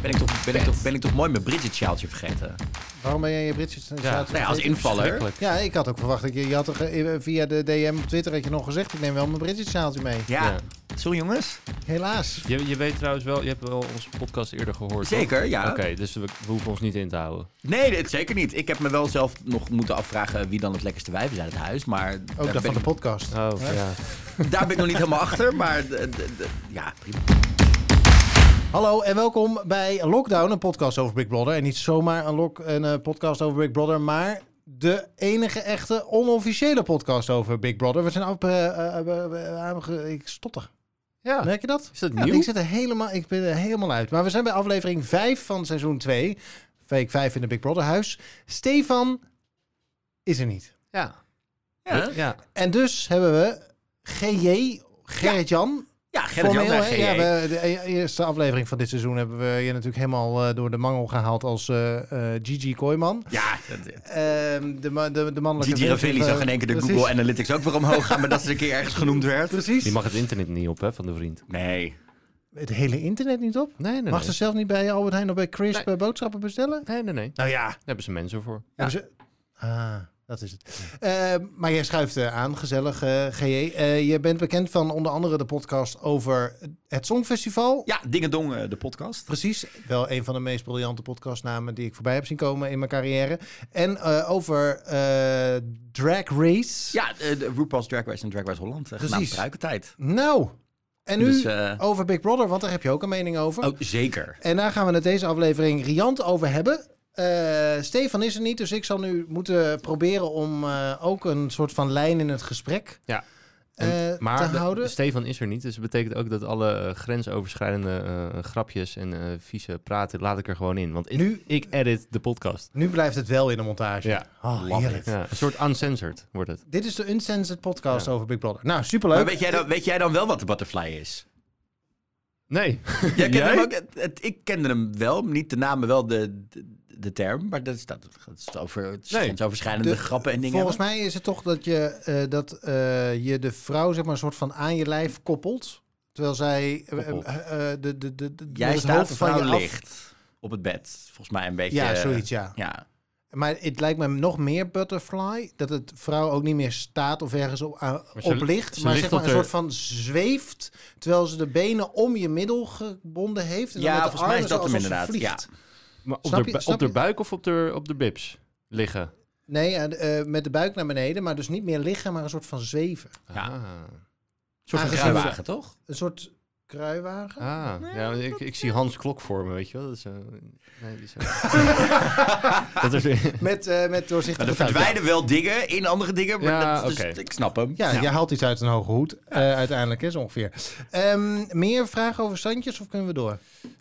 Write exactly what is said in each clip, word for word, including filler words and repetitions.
Ben ik toch, ben ik toch, ben ik toch mooi mijn Bridget-sjaaltje vergeten? Waarom ben jij je Bridget sjaaltje Ja, nou ja, als invaller. Ja, ik had ook verwacht dat je, je had toch eh, via de D M op Twitter had je nog gezegd, ik neem wel mijn Bridget sjaaltje mee. Ja. Ja. Sorry jongens. Helaas. Je, je weet trouwens wel, je hebt wel onze podcast eerder gehoord. Zeker, toch? ja. Oké, okay, dus we, we hoeven ons niet in te houden. Nee, dit zeker niet. Ik heb me wel zelf nog moeten afvragen wie dan het lekkerste wijf is uit het huis. Maar Ook dat ben van de ik- podcast. Oh, Ja. ja. daar ben ik nog niet helemaal achter. Maar d- d- d- ja, prima. Hallo en welkom bij Lockdown, een podcast over Big Brother. En niet zomaar een, lock, een uh, podcast over Big Brother, maar de enige echte onofficiële podcast over Big Brother. We zijn af... Uh, uh, uh, uh, ik stotter. Ja. Merk je dat? Is dat Ja, nieuw? ik, zit er helemaal, ik ben er helemaal uit. Maar we zijn bij aflevering vijf van seizoen twee. Week vijf in de Big Brother huis. Stefan is er niet. Ja. Ja, Ja. En dus hebben we G J, Gerrit-Jan... ja Gerrit-Jan Formeel, en hè? G J. Ja, we, de eerste aflevering van dit seizoen hebben we je natuurlijk helemaal uh, door de mangel gehaald als uh, uh, Gigi Kooijman. Ja, Uh, de, ma- de, de mannelijke... Gigi Ravelli zag in één keer de Precies. Google Analytics ook weer omhoog gaan, maar dat ze een keer ergens genoemd werd. Precies. Die mag het internet niet op, hè, van de vriend. Nee. Het hele internet niet op? Nee, nee, Mag nee. ze zelf niet bij Albert Heijn of bij Crisp Nee. uh, boodschappen bestellen? Nee, nee, nee. Daar Nou ja. hebben ze mensen voor. Ja. Ze... Ah, dat is het. Uh, maar jij schuift uh, aan, gezellig, uh, G J. Uh, je bent bekend van onder andere de podcast over het Songfestival. Ja, Dingedong, uh, de podcast. Precies. Wel een van de meest briljante podcastnamen die ik voorbij heb zien komen in mijn carrière. En uh, over uh, Drag Race. Ja, de, de RuPaul's Drag Race en Drag Race Holland. Uh, genaamd Pruikentijd. Nou, en nu Dus, uh... over Big Brother, want daar heb je ook een mening over. Oh, zeker. En daar gaan we het deze aflevering riant over hebben. Uh, Stefan is er niet, dus ik zal nu moeten proberen om uh, ook een soort van lijn in het gesprek Ja. uh, En, maar te de, houden. Stefan is er niet, dus dat betekent ook dat alle uh, grensoverschrijdende uh, grapjes en uh, vieze praten laat ik er gewoon in. Want ik, Nu- ik edit de podcast. Nu blijft het wel in de montage. Ja. Oh, Love heerlijk. Ja, een soort uncensored wordt het. Dit is de Uncensored podcast Ja. over Big Brother. Nou, superleuk. Maar weet jij, dan, weet jij dan wel wat de butterfly is? Nee. Jij kent Jij? hem ook, het, het- ik kende hem wel, niet de naam, maar wel de, de, de term. Maar dat is, dat, dat is over het Nee. grensoverschrijdende De- grappen en dingen. Volgens hebben. mij is het toch dat je, uh, dat, uh, je de vrouw zeg maar een soort van aan je lijf koppelt. Terwijl zij uh, Koppelt. uh, uh, de, de, de, de, Jij het staat, hoofd de van vrouw je af... ligt op het bed. Volgens mij een beetje... Ja, eh, zoiets, ja. Ja. Maar het lijkt me nog meer butterfly. Dat het vrouw ook niet meer staat of ergens op, uh, ze- op ligt. ze Maar ligt zeg maar op een de- soort van zweeft. Terwijl ze de benen om je middel gebonden heeft. En dan Ja, met de volgens mij is armen dat zo hem alsof ze inderdaad, vliegt. Maar op Snap de, je- bu- snap op de je? buik of op de, op de bibs liggen? Nee, uh, uh, met de buik naar beneden. Maar dus niet meer liggen, maar een soort van zweven. Ja. Ah. Een soort van Aangezien kruiwagen, toch? Een soort kruiwagen. Ah, ja, ik, ik zie Hans Klok voor me, weet je wel. Dat is, uh, nee, die is, dat is weer... Met, uh, met Maar doorzichtige er tuin. verdwijnen wel dingen in andere dingen. Maar Ja, dat, dus oké. ik snap hem. Ja, Ja. je haalt iets uit een hoge hoed. Uh, uiteindelijk is ongeveer. Um, meer vragen over standjes of kunnen we door?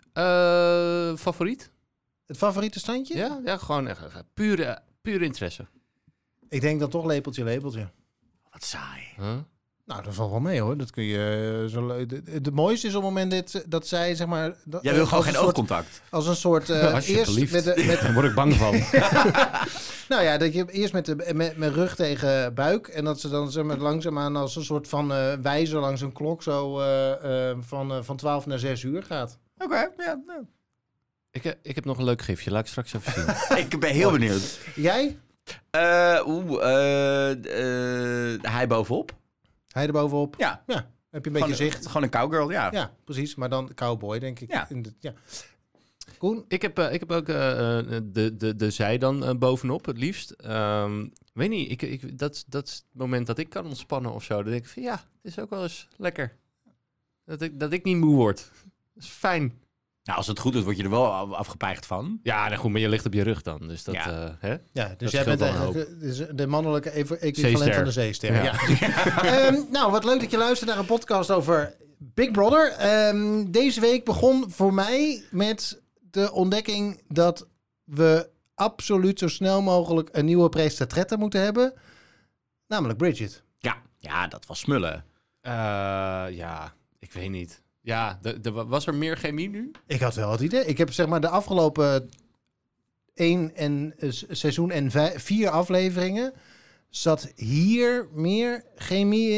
Uh, favoriet? Het favoriete standje? Ja, ja gewoon echt echt pure, pure interesse. Ik denk dan toch lepeltje, lepeltje. Wat saai. Huh? Nou, dat valt wel mee hoor. Dat kun je uh, zo le- de, de mooiste is op het moment dit, dat zij zeg maar. Dat, Jij wil uh, gewoon als geen een soort- oogcontact. Als een soort uh, eerst Alsjeblieft. met de, met, Daar word ik bang van. nou ja, dat je eerst met de met, met rug tegen buik en dat ze dan zeg maar langzaamaan als een soort van uh, wijzer langs een klok zo uh, uh, van uh, van twaalf naar zes uur gaat. Oké, okay, ja. Nou. ik, heb- ik heb nog een leuk gifje. Laat ik straks even zien. Ik ben heel benieuwd. Jij? Uh, Oeh, uh, uh, hij bovenop. Hij erbovenop. Ja. Ja. Heb je een beetje Gewoon, zicht? gewoon een cowgirl, ja. Ja, precies. Maar dan cowboy, denk ik. Ja. In de, ja. Koen? Ik heb, uh, ik heb ook uh, de, de, de zij dan uh, bovenop, het liefst. Um, weet niet, ik, ik, dat, dat is het moment dat ik kan ontspannen of zo. Dan denk ik van ja, het is ook wel eens lekker. Dat ik, dat ik niet moe word. Dat is fijn. Nou, als het goed is, word je er wel af- afgepeigd van. Ja, nou goed, maar je ligt op je rug dan. Dus dat, Ja. uh, hè? Ja, dus Dat jij scheelt bent wel een eigenlijk dus de mannelijke ev- equivalent Zeester. van de zeester. Ja. Ja. um, nou, wat leuk dat je luistert naar een podcast over Big Brother. Um, deze week begon voor mij met de ontdekking dat we absoluut zo snel mogelijk een nieuwe presentatrice moeten hebben. Namelijk Bridget. Ja, ja, dat was smullen. Uh, ja, ik weet niet. Ja, de, de, was er meer chemie nu? Ik had wel het idee. Ik heb zeg maar de afgelopen één en uh, seizoen en vijf, vier afleveringen zat hier meer chemie in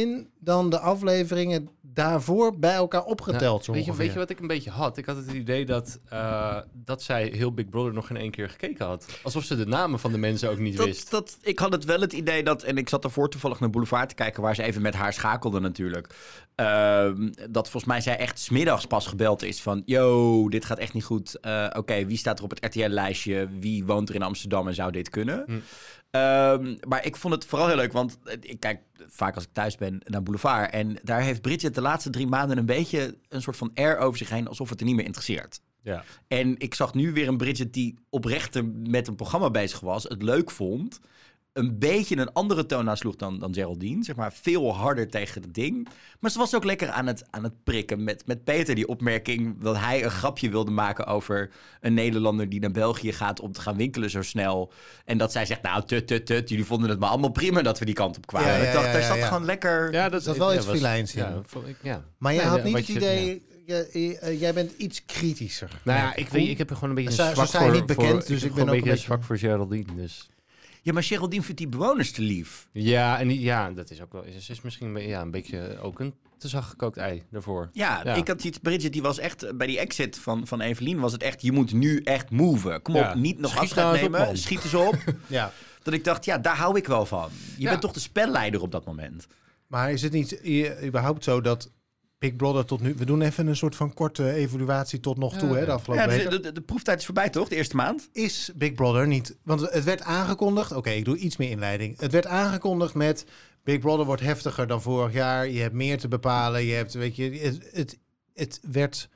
dan de afleveringen daarvoor bij elkaar opgeteld. zo weet, je, ongeveer. weet je wat ik een beetje had? Ik had het idee dat, uh, dat zij heel Big Brother nog in één keer gekeken had. Alsof ze de namen van de mensen ook niet Dat, wist. dat, ik had het wel het idee dat... En ik zat ervoor toevallig naar Boulevard te kijken... waar ze even met haar schakelde natuurlijk. Uh, dat volgens mij zij echt 's middags pas gebeld is van... Yo, dit gaat echt niet goed. Uh, Oké, okay, wie staat er op het R T L-lijstje? Wie woont er in Amsterdam en zou dit kunnen? Hm. Um, maar ik vond het vooral heel leuk, want ik kijk vaak als ik thuis ben naar Boulevard. En daar heeft Bridget de laatste drie maanden een beetje een soort van air over zich heen, alsof het er niet meer interesseert. Ja. En ik zag nu weer een Bridget die oprecht met een programma bezig was, het leuk vond. Een beetje een andere toon aansloeg dan, dan Geraldine. Zeg maar veel harder tegen het ding. Maar ze was ook lekker aan het, aan het prikken met, met Peter. Die opmerking dat hij een grapje wilde maken over een Nederlander die naar België gaat om te gaan winkelen zo snel. En dat zij zegt, nou, tut, tut, tut. Jullie vonden het maar allemaal prima dat we die kant op kwamen. Ja, ja, ik dacht, ja, daar ja, zat ja. gewoon lekker... Ja, dat zat wel ja, iets was- freelijns in. Ja, vond ik, ja. Maar je Nee, had ja, niet wat het je- idee... Je, je- eh, jij bent iets kritischer. Nou ja, ik, weet, ik heb er gewoon een beetje Zo- een zo zwak zijn voor... niet bekend, voor- dus heb ik ben gewoon ook een beetje een een zwak voor Geraldine, dus... Ja, maar Geraldine vindt die bewoners te lief. Ja, en die, ja, dat is ook wel... Is, is misschien een, be- ja, een beetje ook een te zacht gekookt ei daarvoor. Ja, Ja. ik had iets... Bridget, die was echt... Bij die exit van, van Evelien was het echt... Je moet nu echt moven. Kom op, Ja. niet nog Schiet afscheid nou eens op, nemen. man. Schiet eens op. Ja. Dat ik dacht, ja, daar hou ik wel van. Je Ja. bent toch de spelleider op dat moment. Maar is het niet i- überhaupt zo dat Big Brother tot nu... We doen even een soort van korte evaluatie tot nog toe, Ja. hè, de afgelopen Ja, weken. de, de, de proeftijd is voorbij, toch? De eerste maand? Is Big Brother niet... Want het werd aangekondigd... Oké, ik doe iets meer inleiding. Het werd aangekondigd met... Big Brother wordt heftiger dan vorig jaar. Je hebt meer te bepalen. Je hebt, weet je... Het, het, het werd...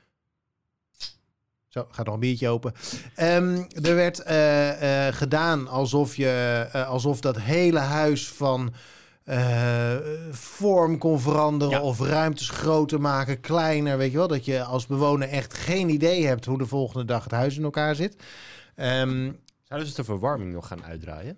Zo, gaat nog een biertje open. Ehm, er werd eh, eh, gedaan alsof, je, eh, alsof dat hele huis van... eh, vorm kon veranderen Ja. of ruimtes groter maken, kleiner. Weet je wel, dat je als bewoner echt geen idee hebt hoe de volgende dag het huis in elkaar zit. Ehm, Zouden ze de verwarming nog gaan uitdraaien?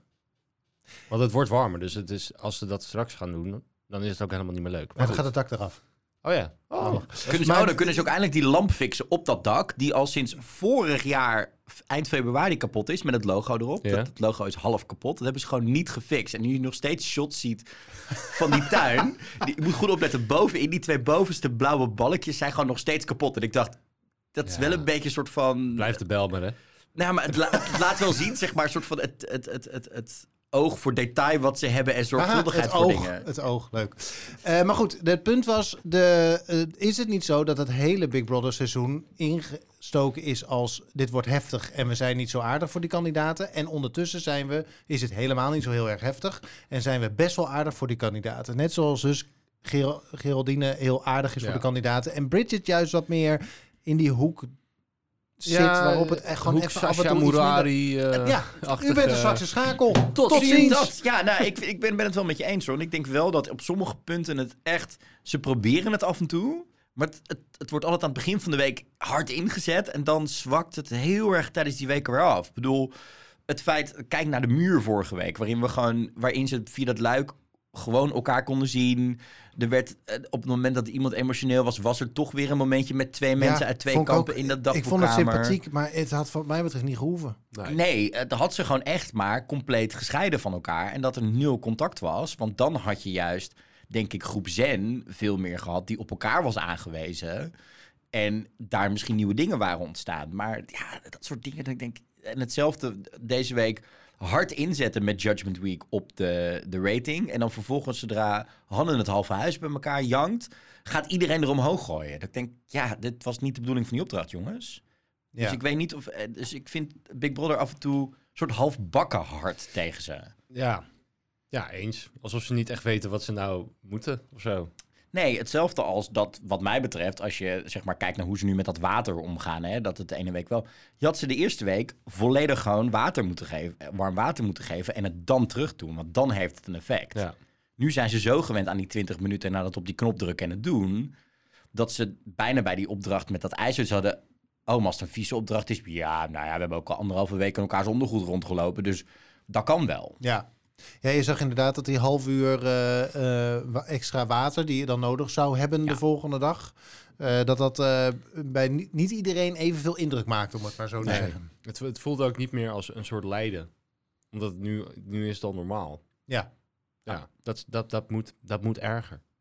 Want het wordt warmer, dus het is, als ze dat straks gaan doen, dan is het ook helemaal niet meer leuk. maar Maar dan gaat goed. het dak eraf. Oh ja. Oh. Kunnen ze, Maar- oh, dan kunnen ze ook eindelijk die lamp fixen op dat dak... die al sinds vorig jaar, eind februari, kapot is... met het logo erop. Ja. Dat, het logo is half kapot. Dat hebben ze gewoon niet gefixt. En nu je nog steeds shots ziet van die tuin... die, je moet goed opletten, bovenin die twee bovenste blauwe balkjes... zijn gewoon nog steeds kapot. En ik dacht, dat is Ja. wel een beetje een soort van... Blijf de bel maar, hè? Nou, maar het, la- het laat wel zien, zeg maar... een soort van het, het, het, het, het oog voor detail wat ze hebben... en zorgvuldigheid Aha, voor het oog, dingen. Het oog, leuk. Eh, maar goed, het punt was... De, eh, is het niet zo dat het hele Big Brother seizoen ingestoken is als... dit wordt heftig en we zijn niet zo aardig voor die kandidaten. En ondertussen zijn we, is het helemaal niet zo heel erg heftig... en zijn we best wel aardig voor die kandidaten. Net zoals dus Ger- Geraldine heel aardig is Ja. voor de kandidaten... en Bridget juist wat meer in die hoek zit... waarop het echt gewoon Hoek even af en Sasha toe iets minder- Murari, eh, Ja, achtige- u bent een zwakste schakel. Tot, Tot ziens. ziens. Dat, ja, nou, ik, ik ben, ben het wel met je eens, hoor. En ik denk wel dat op sommige punten het echt... Ze proberen het af en toe... Maar het, het, het wordt altijd aan het begin van de week hard ingezet... en dan zwakt het heel erg tijdens die week weer af. Ik bedoel, het feit... Kijk naar de muur vorige week... waarin, we gewoon, waarin ze via dat luik gewoon elkaar konden zien. Er werd, eh, op het moment dat iemand emotioneel was... was er toch weer een momentje met twee mensen Ja, uit twee vond ik kampen ook- in dat Ik dagboekkamer. vond het sympathiek, maar het had wat mij betreft niet gehoeven. Nee. Nee, het had ze gewoon echt maar compleet gescheiden van elkaar. En dat er nul contact was. Want dan had je juist, denk ik, groep Zen veel meer gehad... die op elkaar was aangewezen. En daar misschien nieuwe dingen waren ontstaan. Maar ja, dat soort dingen, dat ik denk... En hetzelfde deze week hard inzetten met Judgment Week op de, de rating. En dan vervolgens, zodra Hanne het halve huis bij elkaar jankt... gaat iedereen er omhoog gooien. Dat ik denk, ja, dit was niet de bedoeling van die opdracht, jongens. Ja. Dus ik weet niet of... eh, Dus ik vind Big Brother af en toe een soort halfbakken hard tegen ze. Ja. Ja, eens. Alsof ze niet echt weten wat ze nou moeten of zo. Nee, hetzelfde als dat, wat mij betreft, als je zeg maar kijkt naar hoe ze nu met dat water omgaan, hè, dat het de ene week wel... Je had ze de eerste week volledig gewoon water moeten geven, warm water moeten geven en het dan terug doen, want dan heeft het een effect. Ja. Nu zijn ze zo gewend aan die twintig minuten en aan het op die knop drukken en het doen, dat ze bijna bij die opdracht met dat ijzer hadden... Oh, maar als het een vieze opdracht is, ja, nou ja, we hebben ook al anderhalve week in elkaars ondergoed rondgelopen, dus dat kan wel. Ja. Ja, je zag inderdaad dat die half uur eh, eh, wa- extra water die je dan nodig zou hebben Ja. de volgende dag, eh, dat dat eh, bij ni- niet iedereen evenveel indruk maakt, om het maar zo te Nee. zeggen. Het, het voelt ook niet meer als een soort lijden. Omdat het nu, nu is het al normaal. Ja. Ja, dat, dat, dat, moet, dat moet erger.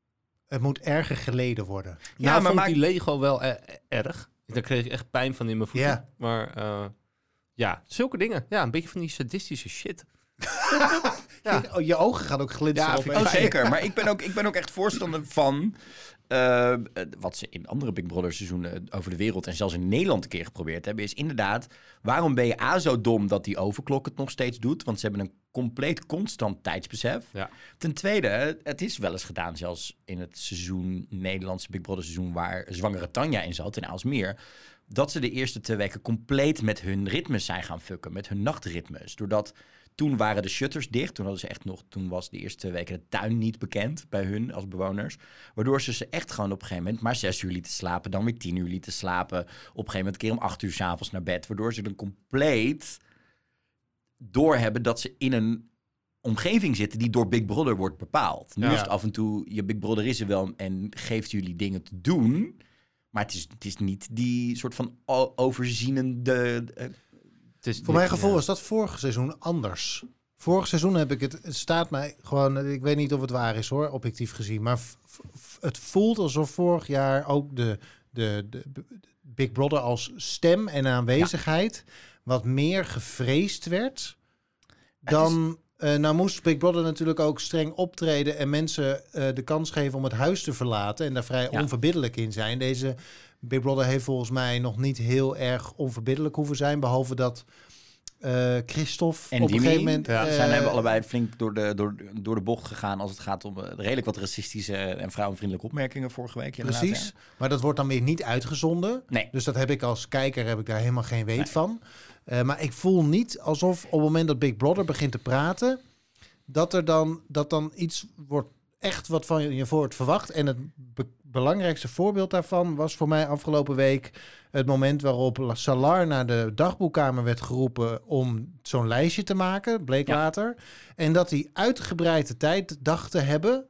het moet erger geleden worden. Ja, Ja, maar maar vond maak- die Lego wel e- erg. Daar kreeg ik echt pijn van in mijn voeten. Ja. Maar uh, ja, zulke dingen. Ja, een beetje van die sadistische shit. Ja. Je, je ogen gaan ook glinsteren. Ja, op vind een- Oh, zeker. Maar ik ben ook, ik ben ook echt voorstander van... Uh, wat ze in andere Big Brother seizoenen over de wereld... en zelfs in Nederland een keer geprobeerd hebben... is inderdaad, waarom ben je A zo dom dat die overklok het nog steeds doet? Want ze hebben een compleet constant tijdsbesef. Ja. Ten tweede, het is wel eens gedaan... zelfs in het seizoen, Nederlandse Big Brother seizoen... waar zwangere Tanja in zat, in Aalsmeer... dat ze de eerste twee weken compleet met hun ritmes zijn gaan fucken. Met hun nachtritmes. Doordat... Toen waren de shutters dicht. Toen hadden ze echt nog. Toen was de eerste twee weken de tuin niet bekend bij hun als bewoners. Waardoor ze ze echt gewoon op een gegeven moment maar zes uur lieten slapen. Dan weer tien uur lieten slapen. Op een gegeven moment een keer om acht uur 's avonds naar bed. Waardoor ze dan compleet doorhebben dat ze in een omgeving zitten die door Big Brother wordt bepaald. Nu Ja. is het af en toe, je Big Brother is er wel en geeft jullie dingen te doen. Maar het is, het is niet die soort van o- overzienende... Uh, Het is, Voor mijn gevoel ja. was dat vorig seizoen anders. Vorig seizoen heb ik het... Het staat mij gewoon... Ik weet niet of het waar is hoor, objectief gezien. Maar f- f- het voelt alsof vorig jaar ook de, de, de, de Big Brother als stem en aanwezigheid... wat meer gevreesd werd dan... Uh, nou moest Big Brother natuurlijk ook streng optreden... en mensen uh, de kans geven om het huis te verlaten... en daar vrij Ja. onverbiddelijk in zijn. Deze Big Brother heeft volgens mij nog niet heel erg onverbiddelijk hoeven zijn... behalve dat uh, Christophe En op Dimi, een gegeven moment... ja, uh, zijn hebben allebei flink door de, door, door de bocht gegaan... als het gaat om uh, redelijk wat racistische en vrouwenvriendelijke opmerkingen vorige week. inderdaad, Precies, ja. maar dat wordt dan weer niet uitgezonden. Nee. Dus dat heb ik als kijker heb ik daar helemaal geen weet Nee. van. Uh, maar ik voel niet alsof op het moment dat Big Brother begint te praten... dat er dan, dat dan iets wordt echt wat van je voor wordt verwacht. En het be- belangrijkste voorbeeld daarvan was voor mij afgelopen week... het moment waarop Salar naar de dagboekkamer werd geroepen... om zo'n lijstje te maken, bleek Ja. later. En dat hij uitgebreide tijd dacht te hebben...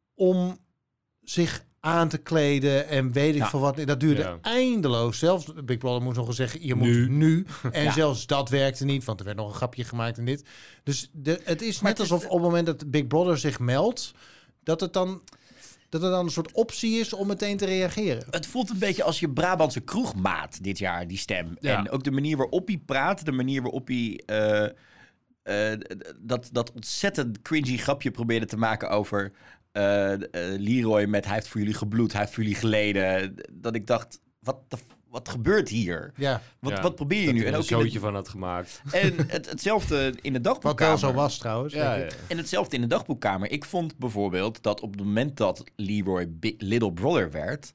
om zich aan te kleden en weet ik Ja. veel wat. Dat duurde Ja. eindeloos. Zelfs Big Brother moest nog eens zeggen, je moet Nu. nu. En Ja. zelfs dat werkte niet, want er werd nog een grapje gemaakt en dit. Dus de, het is Maar net het is- alsof op het moment dat Big Brother zich meldt... dat het dan... dat er dan een soort optie is om meteen te reageren. Het voelt een beetje als je Brabantse kroegmaat dit jaar, die stem. Ja. En ook de manier waarop hij praat, de manier waarop hij... uh, uh, dat, dat ontzettend cringy grapje probeerde te maken over... Uh, uh, Leroy met hij heeft voor jullie gebloed, hij heeft voor jullie geleden. Dat ik dacht, wat, de, wat gebeurt hier? Ja, Wat, Ja, wat probeer je dat nu? er En een ook in zootje het, van had gemaakt. en het, hetzelfde in de wat dagboekkamer. wel zo was trouwens. Ja, denk ja. ik. En hetzelfde in de dagboekkamer. Ik vond bijvoorbeeld dat op het moment dat Leroy Big Little Brother werd...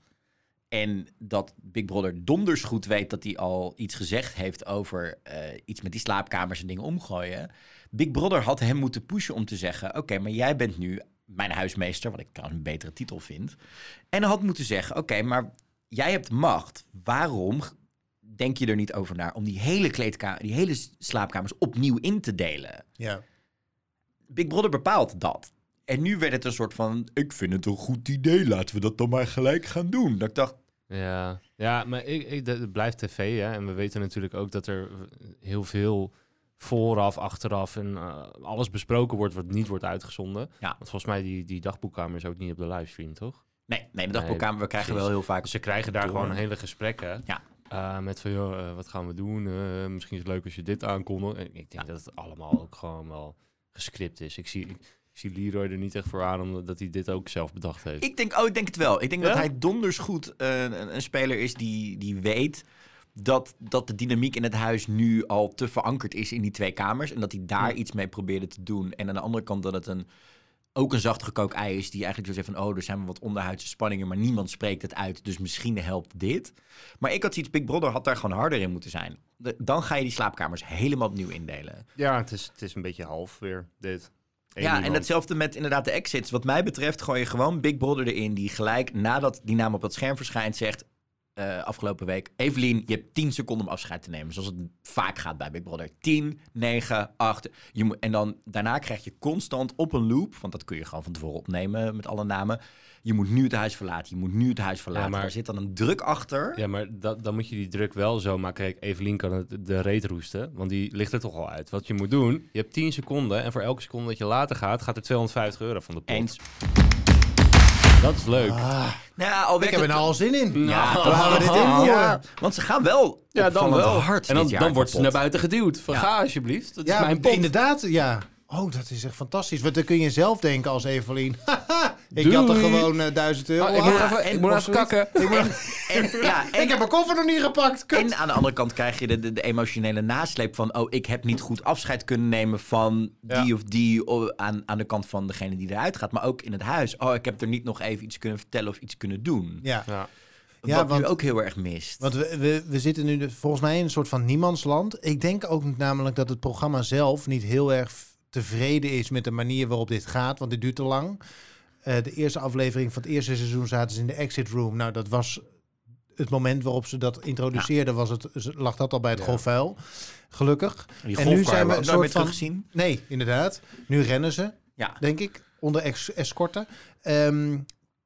en dat Big Brother donders goed weet dat hij al iets gezegd heeft... over uh, iets met die slaapkamers en dingen omgooien... Big Brother had hem moeten pushen om te zeggen... oké, okay, maar jij bent nu mijn huismeester... wat ik trouwens een betere titel vind... en had moeten zeggen... oké, okay, maar jij hebt macht. Waarom denk je er niet over na... om die hele kleedkamer, die hele slaapkamers opnieuw in te delen? Ja. Big Brother bepaalt dat. En nu werd het een soort van... ik vind het een goed idee, laten we dat dan maar gelijk gaan doen. Dat ik dacht... Ja, ja maar ik, ik, het blijft tv, hè. En we weten natuurlijk ook dat er heel veel vooraf, achteraf en uh, alles besproken wordt wat niet wordt uitgezonden. Ja. Want volgens mij die, die dagboekkamer is ook niet op de livestream, toch? Nee, nee de dagboekkamer, we krijgen precies. wel heel vaak... Dus ze krijgen daar door. gewoon hele gesprekken. Ja. Uh, met van, joh, uh, wat gaan we doen? Uh, misschien is het leuk als je dit aankondigt. En ik denk ja. dat het allemaal ook gewoon wel gescript is. Ik zie, ik, ik zie Leroy er niet echt voor aan, omdat hij dit ook zelf bedacht heeft. Ik denk, oh, ik denk het wel. Ik denk Ja? dat hij donders goed uh, een, een speler is die, die weet... Dat, dat de dynamiek in het huis nu al te verankerd is in die twee kamers. En dat hij daar Ja. iets mee probeerde te doen. En aan de andere kant dat het een, ook een zacht gekookt ei is... die eigenlijk zo zegt van... oh, er zijn wat onderhuidse spanningen... maar niemand spreekt het uit, dus misschien helpt dit. Maar ik had zoiets... Big Brother had daar gewoon harder in moeten zijn. De, dan ga je die slaapkamers helemaal opnieuw indelen. Ja, het is, het is een beetje half weer, dit. Eén ja, iemand. en hetzelfde met inderdaad de exits. Wat mij betreft gooi je gewoon Big Brother erin... die gelijk nadat die naam op dat scherm verschijnt zegt... Uh, afgelopen week. Evelien, je hebt tien seconden om afscheid te nemen. Zoals het vaak gaat bij Big Brother. tien, negen, acht. Je moet, en dan daarna krijg je constant op een loop... want dat kun je gewoon van tevoren opnemen met alle namen... je moet nu het huis verlaten, je moet nu het huis verlaten. Ja, maar Daar zit dan een druk achter. Ja, maar dat, dan moet je die druk wel zo maken. Kijk, Evelien kan het de reet roesten, want die ligt er toch al uit. Wat je moet doen, je hebt tien seconden... en voor elke seconde dat je later gaat... gaat er tweehonderdvijftig euro van de pot. Eens. Dat is leuk. Ah, Nou, ja, al ik werd heb er het- nou al zin in. Ja, Waar gaan we dit in voeren? ja, want ze gaan wel Ja, dan opvallend wel. hard En dan, dit jaar dan wordt ze kapot. naar buiten geduwd. Van Ja. ga alsjeblieft. Dat is Ja, mijn pot. inderdaad. Ja. Oh, dat is echt fantastisch. Want dan kun je zelf denken als Evelien. Haha, ik Doei. had er gewoon uh, duizend euro. Oh, ik moet aan. even, en ik moet of even zoiets. kakken. En, en, ja, en, Ik heb mijn koffer nog niet gepakt. Kut. en aan de andere kant krijg je de, de, de emotionele nasleep van... oh, ik heb niet goed afscheid kunnen nemen van die Ja. of die... oh, aan, aan de kant van degene die eruit gaat. Maar ook in het huis. Oh, ik heb er niet nog even iets kunnen vertellen of iets kunnen doen. Ja. Ja. Ja, Wat want- nu ook heel erg mist. Want we, we, we zitten nu dus volgens mij in een soort van niemandsland. Ik denk ook namelijk dat het programma zelf niet heel erg tevreden is met de manier waarop dit gaat. Want dit duurt te lang. Uh, de eerste aflevering van het eerste seizoen zaten ze in de exit room. Nou, dat was het moment waarop ze dat introduceerden. Was het, lag dat al bij het Ja. grof vuil. Gelukkig. Die en nu zijn we een een soort van... teruggezien. Nee, inderdaad. Nu rennen ze, Ja. denk ik, onder ex- escorten. Ehm,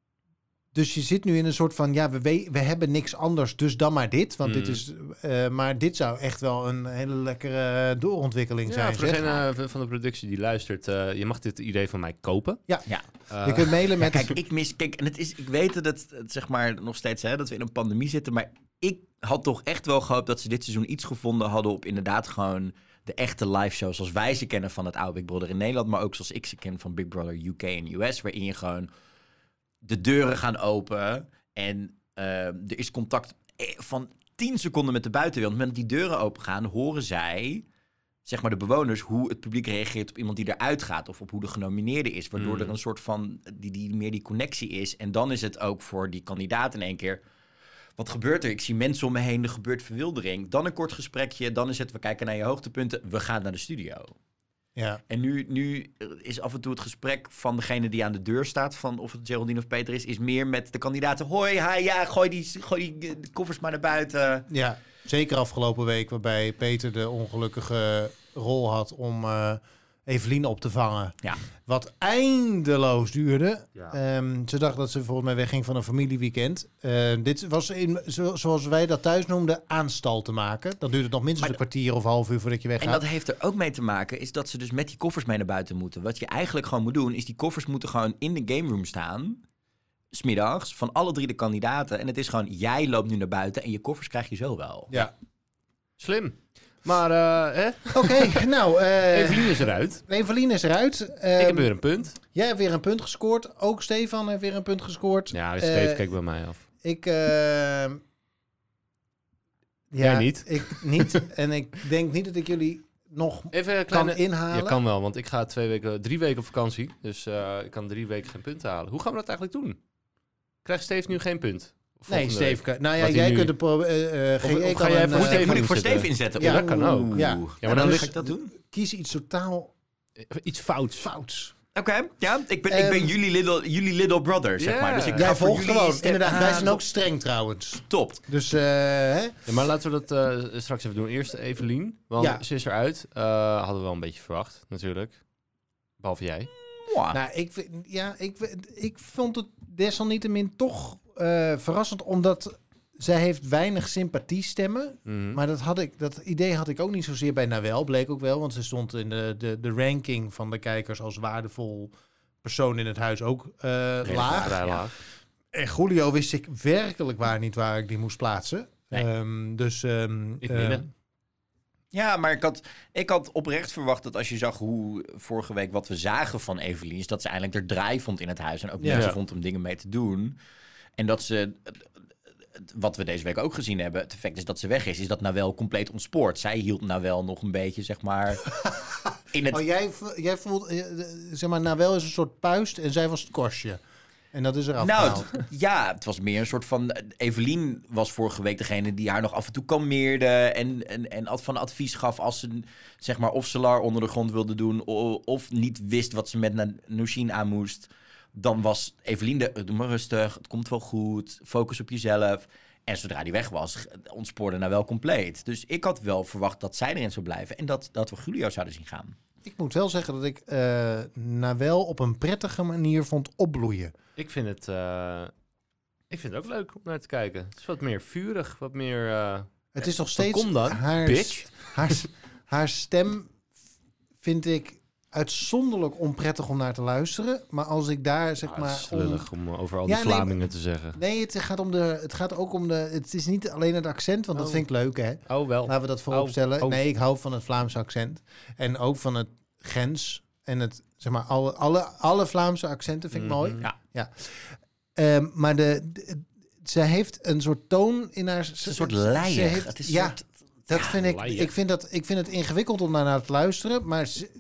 dus je zit nu in een soort van, ja, we, we, we hebben niks anders, dus dan maar dit. Want Mm. dit is, uh, maar dit zou echt wel een hele lekkere doorontwikkeling Ja, zijn. voor zeg. degene van de productie die luistert, uh, je mag dit idee van mij kopen. Ja. Ja. Uh, Je kunt mailen met... Ja, kijk, ik mis... Kijk, en het is... Ik weet dat het, het zeg maar nog steeds... Hè, dat we in een pandemie zitten. Maar ik had toch echt wel gehoopt dat ze dit seizoen iets gevonden hadden... op inderdaad gewoon de echte live shows... zoals wij ze kennen van het oude Big Brother in Nederland... maar ook zoals ik ze ken van Big Brother U K en U S... waarin je gewoon de deuren gaan open... en uh, er is contact van tien seconden met de buitenwereld. Met die deuren open gaan, horen zij... zeg maar de bewoners, hoe het publiek reageert op iemand die eruit gaat... of op hoe de genomineerde is. Waardoor Mm. er een soort van, die, die meer die connectie is. En dan is het ook voor die kandidaat in één keer... wat gebeurt er? Ik zie mensen om me heen, er gebeurt verwildering. Dan een kort gesprekje, dan is het, we kijken naar je hoogtepunten... we gaan naar de studio. Ja. En nu, nu is af en toe het gesprek van degene die aan de deur staat... van of het Geraldine of Peter is... is meer met de kandidaten. Hoi, hi, ja, gooi die, gooi die uh, koffers maar naar buiten... Ja, zeker afgelopen week, waarbij Peter de ongelukkige rol had om uh, Evelien op te vangen. Ja. Wat eindeloos duurde. Ja. Um, ze dacht dat ze volgens mij wegging van een familieweekend. Uh, dit was, in, zo, zoals wij dat thuis noemden, aanstal te maken. Dan duurt het nog minstens Maar een kwartier of half uur voordat je weggaat. En dat heeft er ook mee te maken, is dat ze dus met die koffers mee naar buiten moeten. Wat je eigenlijk gewoon moet doen, is die koffers moeten gewoon in de game room staan... 's middags, van alle drie de kandidaten. En het is gewoon, jij loopt nu naar buiten en je koffers krijg je zo wel. Ja. Slim. Maar, uh, hè? Oké, okay, nou... Uh, Evelien is eruit. Evelien is eruit. Um, Ik heb weer een punt. Jij hebt weer een punt gescoord. Ook Stefan heeft weer een punt gescoord. Ja, dus Steve Uh, kijkt bij mij af. Ik... Uh, Jij ja, niet? Ik niet. En ik denk niet dat ik jullie nog Even een kan kleine... inhalen. Ja, kan wel, want ik ga twee weken, drie weken op vakantie. Dus uh, ik kan drie weken geen punten halen. Hoe gaan we dat eigenlijk doen? Krijgt Steve nu geen punt? Nee, Steve. Kan, nou ja, Wat jij hij nu- kunt de pro, uh, uh, Of- G E of ga kan jij een, voor uh, Moet, ik, moet ik voor inzetten? Steve inzetten? Ja, dat kan ook. Ja. Oeh. Ja, maar dan hoe is- ga ik dat doen? kies iets totaal Iets fouts. fouts. Oké, okay, ja, ik ben, ik ben Um, jullie, little, jullie little brother, zeg Ja. maar. Dus ik ga Jij voor volgt jullie gewoon. stem- Inderdaad, Ah, wij zijn ook top. streng trouwens. Top. Dus, uh, hè? Ja, maar laten we dat uh, straks even doen. Eerst Evelien, want Ja. ze is eruit. Uh, hadden we wel een beetje verwacht, natuurlijk. Behalve jij. Mwah. Nou, ik, vind- ja, ik, ik vond het desalniettemin toch uh, verrassend, omdat zij heeft weinig sympathiestemmen. Mhm. Maar dat, had ik, dat idee had ik ook niet zozeer bij Nawel, bleek ook wel. Want ze stond in de, de, de ranking van de kijkers als waardevol persoon in het huis ook uh, laag. Vrij ja. laag. En Julio wist ik werkelijk waar niet waar ik die moest plaatsen. Nee. Um, dus... Um, Ik uh, midden. Ja, maar ik had, ik had oprecht verwacht dat als je zag hoe vorige week wat we zagen van Evelien... is dat ze eindelijk er draai vond in het huis en ook Ja. mensen vond om dingen mee te doen. En dat ze... Wat we deze week ook gezien hebben, het effect is dat ze weg is, is dat Nawel compleet ontspoort. Zij hield Nawel nog een beetje, zeg maar, in het... Oh, jij, v- jij voelt... uh, zeg maar, Nawel is een soort puist en zij was het korstje. En dat is eraf Nou, gehaald. het- ja, het was meer een soort van... Evelien was vorige week degene die haar nog af en toe kalmeerde... en, en, en ad- van advies gaf als ze, zeg maar, of ze Lar onder de grond wilde doen... o- of niet wist wat ze met Na- Noushin aan moest. Dan was Evelien de... Doe maar rustig, het komt wel goed, focus op jezelf. En zodra die weg was, ontspoorde nou wel compleet. Dus ik had wel verwacht dat zij erin zou blijven... en dat, dat we Julio zouden zien gaan. Ik moet wel zeggen dat ik uh, Nawel op een prettige manier vond opbloeien. Ik vind het... Uh, ik vind het ook leuk om naar te kijken. Het is wat meer vurig, wat meer... Uh, Het is nog steeds... kom dan, haar, bitch. Haar, haar stem vind ik uitzonderlijk onprettig om naar te luisteren. Maar als ik daar zeg Ah, maar... het is lullig om over al Ja, die nee, Vlamingen te zeggen. Nee, het gaat, om de, het gaat ook om de... Het is niet alleen het accent, want dat Oh. vind ik leuk, hè. Oh, wel. Laten we dat voorop Oh, stellen. oh. Nee, ik hou van het Vlaamse accent. En ook van het Gens. En het, zeg maar, alle, alle, alle Vlaamse accenten vind ik mooi. Mhm. Ja. Ja. Um, maar de, de, ze heeft een soort toon in haar... Het is een soort leier. Het is een ja, soort... dat ja, vind ik... leier. Ik vind, dat, ik vind het ingewikkeld om daarnaar te luisteren. Maar ze,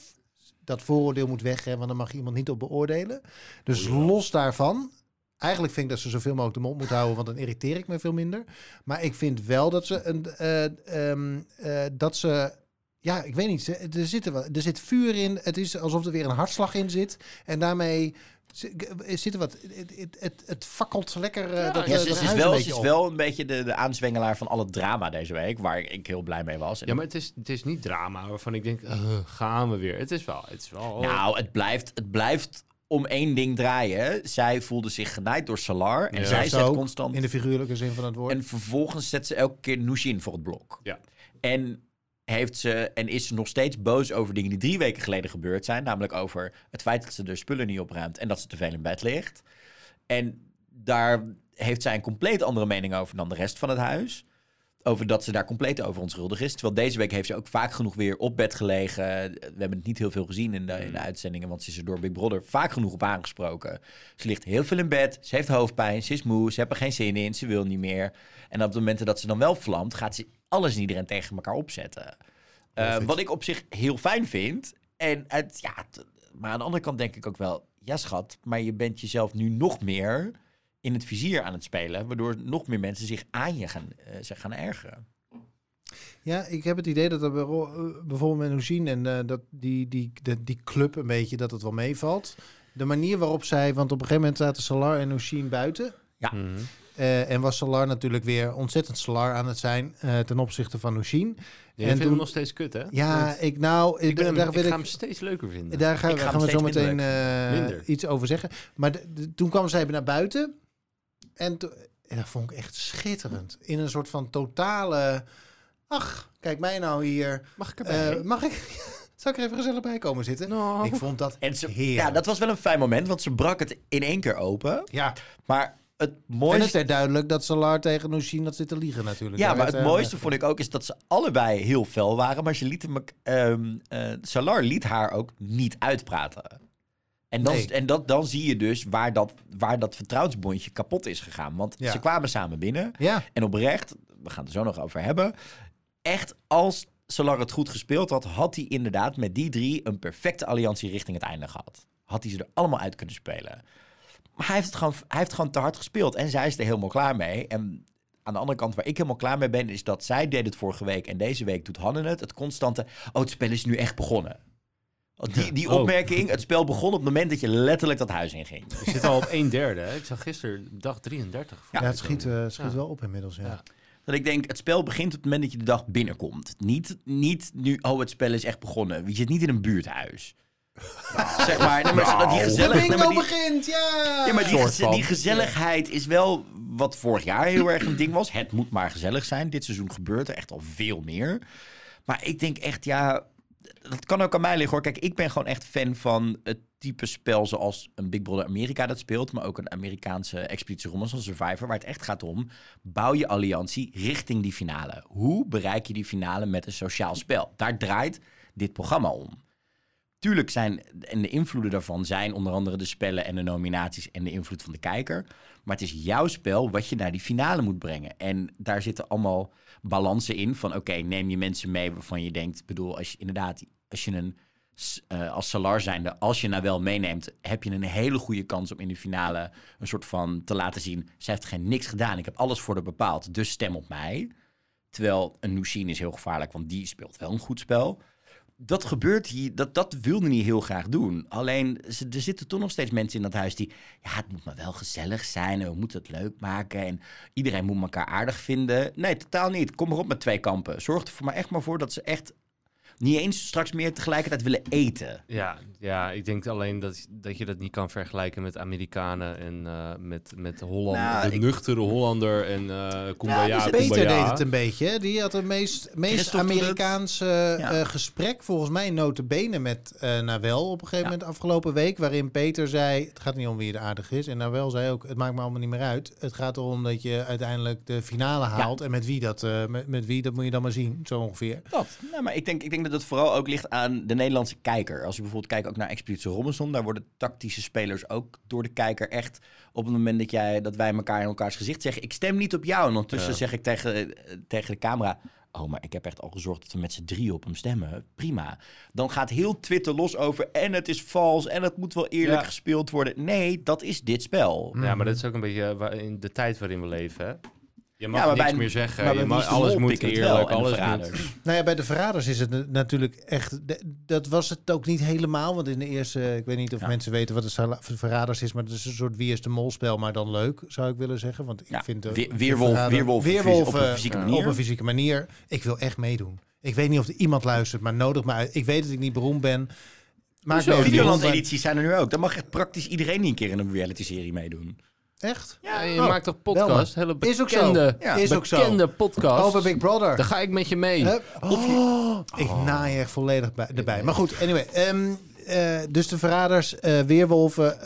dat vooroordeel moet weg, hè, want dan mag je iemand niet op beoordelen. Dus Oh ja. los daarvan... Eigenlijk vind ik dat ze zoveel mogelijk de mond moet houden, want dan irriteer ik me veel minder. Maar ik vind wel dat ze een, uh, um, uh, dat ze, ja, ik weet niet, ze, er zit er, wel, er zit vuur in. Het is alsof er weer een hartslag in zit, en daarmee zit er wat. Het, het, het, het fakkelt lekker. Uh, Ja, dat, Ja, uh, ze, dat ze is, huis wel, een ze beetje is op. wel een beetje de, de aanzwengelaar van al het drama deze week, waar ik heel blij mee was. En Ja, maar het is, het is niet drama waarvan ik denk, uh, gaan we weer. Het is wel, het is wel... Nou, het blijft, het blijft om één ding draaien. Zij voelde zich genaaid door Salar. En Ja. zij Zo zet ook, constant... in de figuurlijke zin van het woord. En vervolgens zet ze elke keer Nushin voor het blok. Ja. En, heeft ze, en is ze nog steeds boos over dingen die drie weken geleden gebeurd zijn. Namelijk over het feit dat ze de spullen niet opruimt en dat ze te veel in bed ligt. En daar heeft zij een compleet andere mening over dan de rest van het huis. Over dat ze daar compleet over onschuldig is. Terwijl deze week heeft ze ook vaak genoeg weer op bed gelegen. We hebben het niet heel veel gezien in de, in de uitzendingen, want ze is er door Big Brother vaak genoeg op aangesproken. Ze ligt heel veel in bed, ze heeft hoofdpijn, ze is moe, ze heeft er geen zin in, ze wil niet meer. En op de momenten dat ze dan wel vlamt, gaat ze alles en iedereen tegen elkaar opzetten. Uh, wat ik op zich heel fijn vind. En het, ja, t- maar aan de andere kant denk ik ook wel, ja schat, maar je bent jezelf nu nog meer in het vizier aan het spelen, waardoor nog meer mensen zich aan je gaan, uh, zich gaan ergeren. Ja, ik heb het idee dat er bijvo- bijvoorbeeld met Nushin en uh, dat die, die, die, die club een beetje, dat het wel meevalt. De manier waarop zij, want op een gegeven moment zaten Salar en Nushin buiten. Ja. Mhm. Uh, en was Salar natuurlijk weer ontzettend Salar aan het zijn uh, ten opzichte van Nushin. Je En vindt toen- hem nog steeds kut, hè? Ja, ik nou, ik, Ik, ben hem, daar ik wil ga ik, hem steeds leuker vinden. daar gaan, Ik we- ga gaan hem we zo steeds meteen minder uh, Minder. iets over zeggen. Maar de, de- toen kwam zij naar buiten en, to, en dat vond ik echt schitterend. In een soort van totale, ach, kijk mij nou hier. Mag ik Uh, mag ik? Zou ik er even gezellig bij komen zitten? No. Ik vond dat En ze, heerlijk. ja, dat was wel een fijn moment, want ze brak het in één keer open. Ja, Maar het en het mooiste... werd duidelijk dat Salar tegen Nushin had zitten liegen natuurlijk. Ja, Daar maar werd, het uh, mooiste vond ik ook is dat ze allebei heel fel waren. Maar ze lieten me, um, uh, Salar liet haar ook niet uitpraten. En, dan, Nee. en dat, dan zie je dus waar dat, waar dat vertrouwensbondje kapot is gegaan. Want Ja. ze kwamen samen binnen. Ja, En oprecht, we gaan het er zo nog over hebben. Echt, als Salar het goed gespeeld had, had hij inderdaad met die drie een perfecte alliantie richting het einde gehad. Had hij ze er allemaal uit kunnen spelen. Maar hij heeft het gewoon, hij heeft gewoon te hard gespeeld. En zij is er helemaal klaar mee. En aan de andere kant, waar ik helemaal klaar mee ben, is dat zij deed het vorige week en deze week doet Hanne het. Het constante, oh, het spel is nu echt begonnen. Die, die Oh. opmerking, het spel begon op het moment dat je letterlijk dat huis inging. Je zit al op een derde, hè? Ik zag gisteren dag drieëndertig. ja, het schiet, uh, schiet Ja. wel op inmiddels. Ja. Ja. Dat ik denk, het spel begint op het moment dat je de dag binnenkomt. Niet, niet nu, oh, het spel is echt begonnen. Je zit niet in een buurthuis. Zeg maar, nee, maar Nou. die De gezellig, nee, bingo maar die, begint, ja! ja, maar die, Soort geze- van. die gezelligheid is wel wat vorig jaar heel erg een ding was. Het moet maar gezellig zijn. Dit seizoen gebeurt er echt al veel meer. Maar ik denk echt, ja, dat kan ook aan mij liggen hoor. Kijk, ik ben gewoon echt fan van het type spel zoals een Big Brother Amerika dat speelt. Maar ook een Amerikaanse Expeditie Robinson Survivor. Waar het echt gaat om, bouw je alliantie richting die finale. Hoe bereik je die finale met een sociaal spel? Daar draait dit programma om. Tuurlijk zijn, en de invloeden daarvan zijn onder andere de spellen en de nominaties en de invloed van de kijker. Maar het is jouw spel wat je naar die finale moet brengen. En daar zitten allemaal balansen in van oké, okay, neem je mensen mee waarvan je denkt, bedoel, als je inderdaad, als je een, uh, als Salar zijnde, als je nou wel meeneemt, heb je een hele goede kans om in de finale een soort van te laten zien, zij heeft geen niks gedaan, ik heb alles voor haar bepaald, dus stem op mij. Terwijl een Nushin is heel gevaarlijk, want die speelt wel een goed spel. Dat gebeurt hier, dat, dat wilde niet heel graag doen. Alleen, er zitten toch nog steeds mensen in dat huis die, ja, het moet maar wel gezellig zijn en we moeten het leuk maken en iedereen moet elkaar aardig vinden. Nee, totaal niet. Kom maar op met twee kampen. Zorg er voor mij echt maar voor dat ze echt niet eens straks meer tegelijkertijd willen eten. Ja, ja, ik denk alleen dat, dat je dat niet kan vergelijken met Amerikanen en uh, met, met Holland, Nou, de ik- nuchtere Hollander en uh, Kumbaya, Ja, dus Peter Kumbaya. deed het een beetje. Hè? Die had het meest, meest Christophe doet het. Amerikaanse Ja. eh, gesprek, volgens mij nota bene met uh, Nawel op een gegeven Ja. moment afgelopen week. Waarin Peter zei, het gaat niet om wie er aardig is. En Nawel zei ook, het maakt me allemaal niet meer uit. Het gaat erom dat je uiteindelijk de finale haalt. En met wie, dat, uh, met, met wie, dat moet je dan maar zien, zo ongeveer. Dat. Nou, maar ik denk, ik denk dat het vooral ook ligt aan de Nederlandse kijker. Als je bijvoorbeeld kijkt ook naar Expeditie Robinson, daar worden tactische spelers ook door de kijker echt op het moment dat, jij, dat wij elkaar in elkaars gezicht zeggen, ik stem niet op jou. En ondertussen Ja. zeg ik tegen, eh, tegen de camera, oh, maar ik heb echt al gezorgd dat we met z'n drie op hem stemmen. Prima. Dan gaat heel Twitter los over en het is vals en het moet wel eerlijk Ja. gespeeld worden. Nee, dat is dit spel. Ja, maar dat is ook een beetje waar- in de tijd waarin we leven, hè? Je mag Ja, maar niks bij- meer zeggen. maar Je bij mag, Wie is de alles Mol moet pikken het wel eerlijk, en de alles verraders. moet... Nou ja, bij de Verraders is het na- natuurlijk echt... de- dat was het ook niet helemaal. Want in de eerste... Ik weet niet of Ja. mensen weten wat de Sala- Verraders is. Maar het is een soort Wie is de Mol spel. Maar dan leuk, zou ik willen zeggen. Want ik Ja, vind... de- weer- de weerwolf, Verrader- weerwolf, Weerwolven, op een fysieke ja, manier. Op een fysieke manier. Ik wil echt meedoen. Ik weet niet of er iemand luistert, maar nodig me uit. Ik weet dat ik niet beroemd ben. Maar ik Zo, ben Videoland-edities zijn er nu ook. Dan mag echt praktisch iedereen die een keer in een reality-serie meedoen. Echt? Ja, je Oh, maakt toch bel podcast? Hele Is ook zo. bekende, Ja. Is ook zo. bekende podcast. Over Big Brother. Dan ga ik met je mee. Hup. Oh, ik naai echt volledig bij, erbij. Maar goed, anyway. ehm, eh, dus de Verraders, eh, Weerwolven,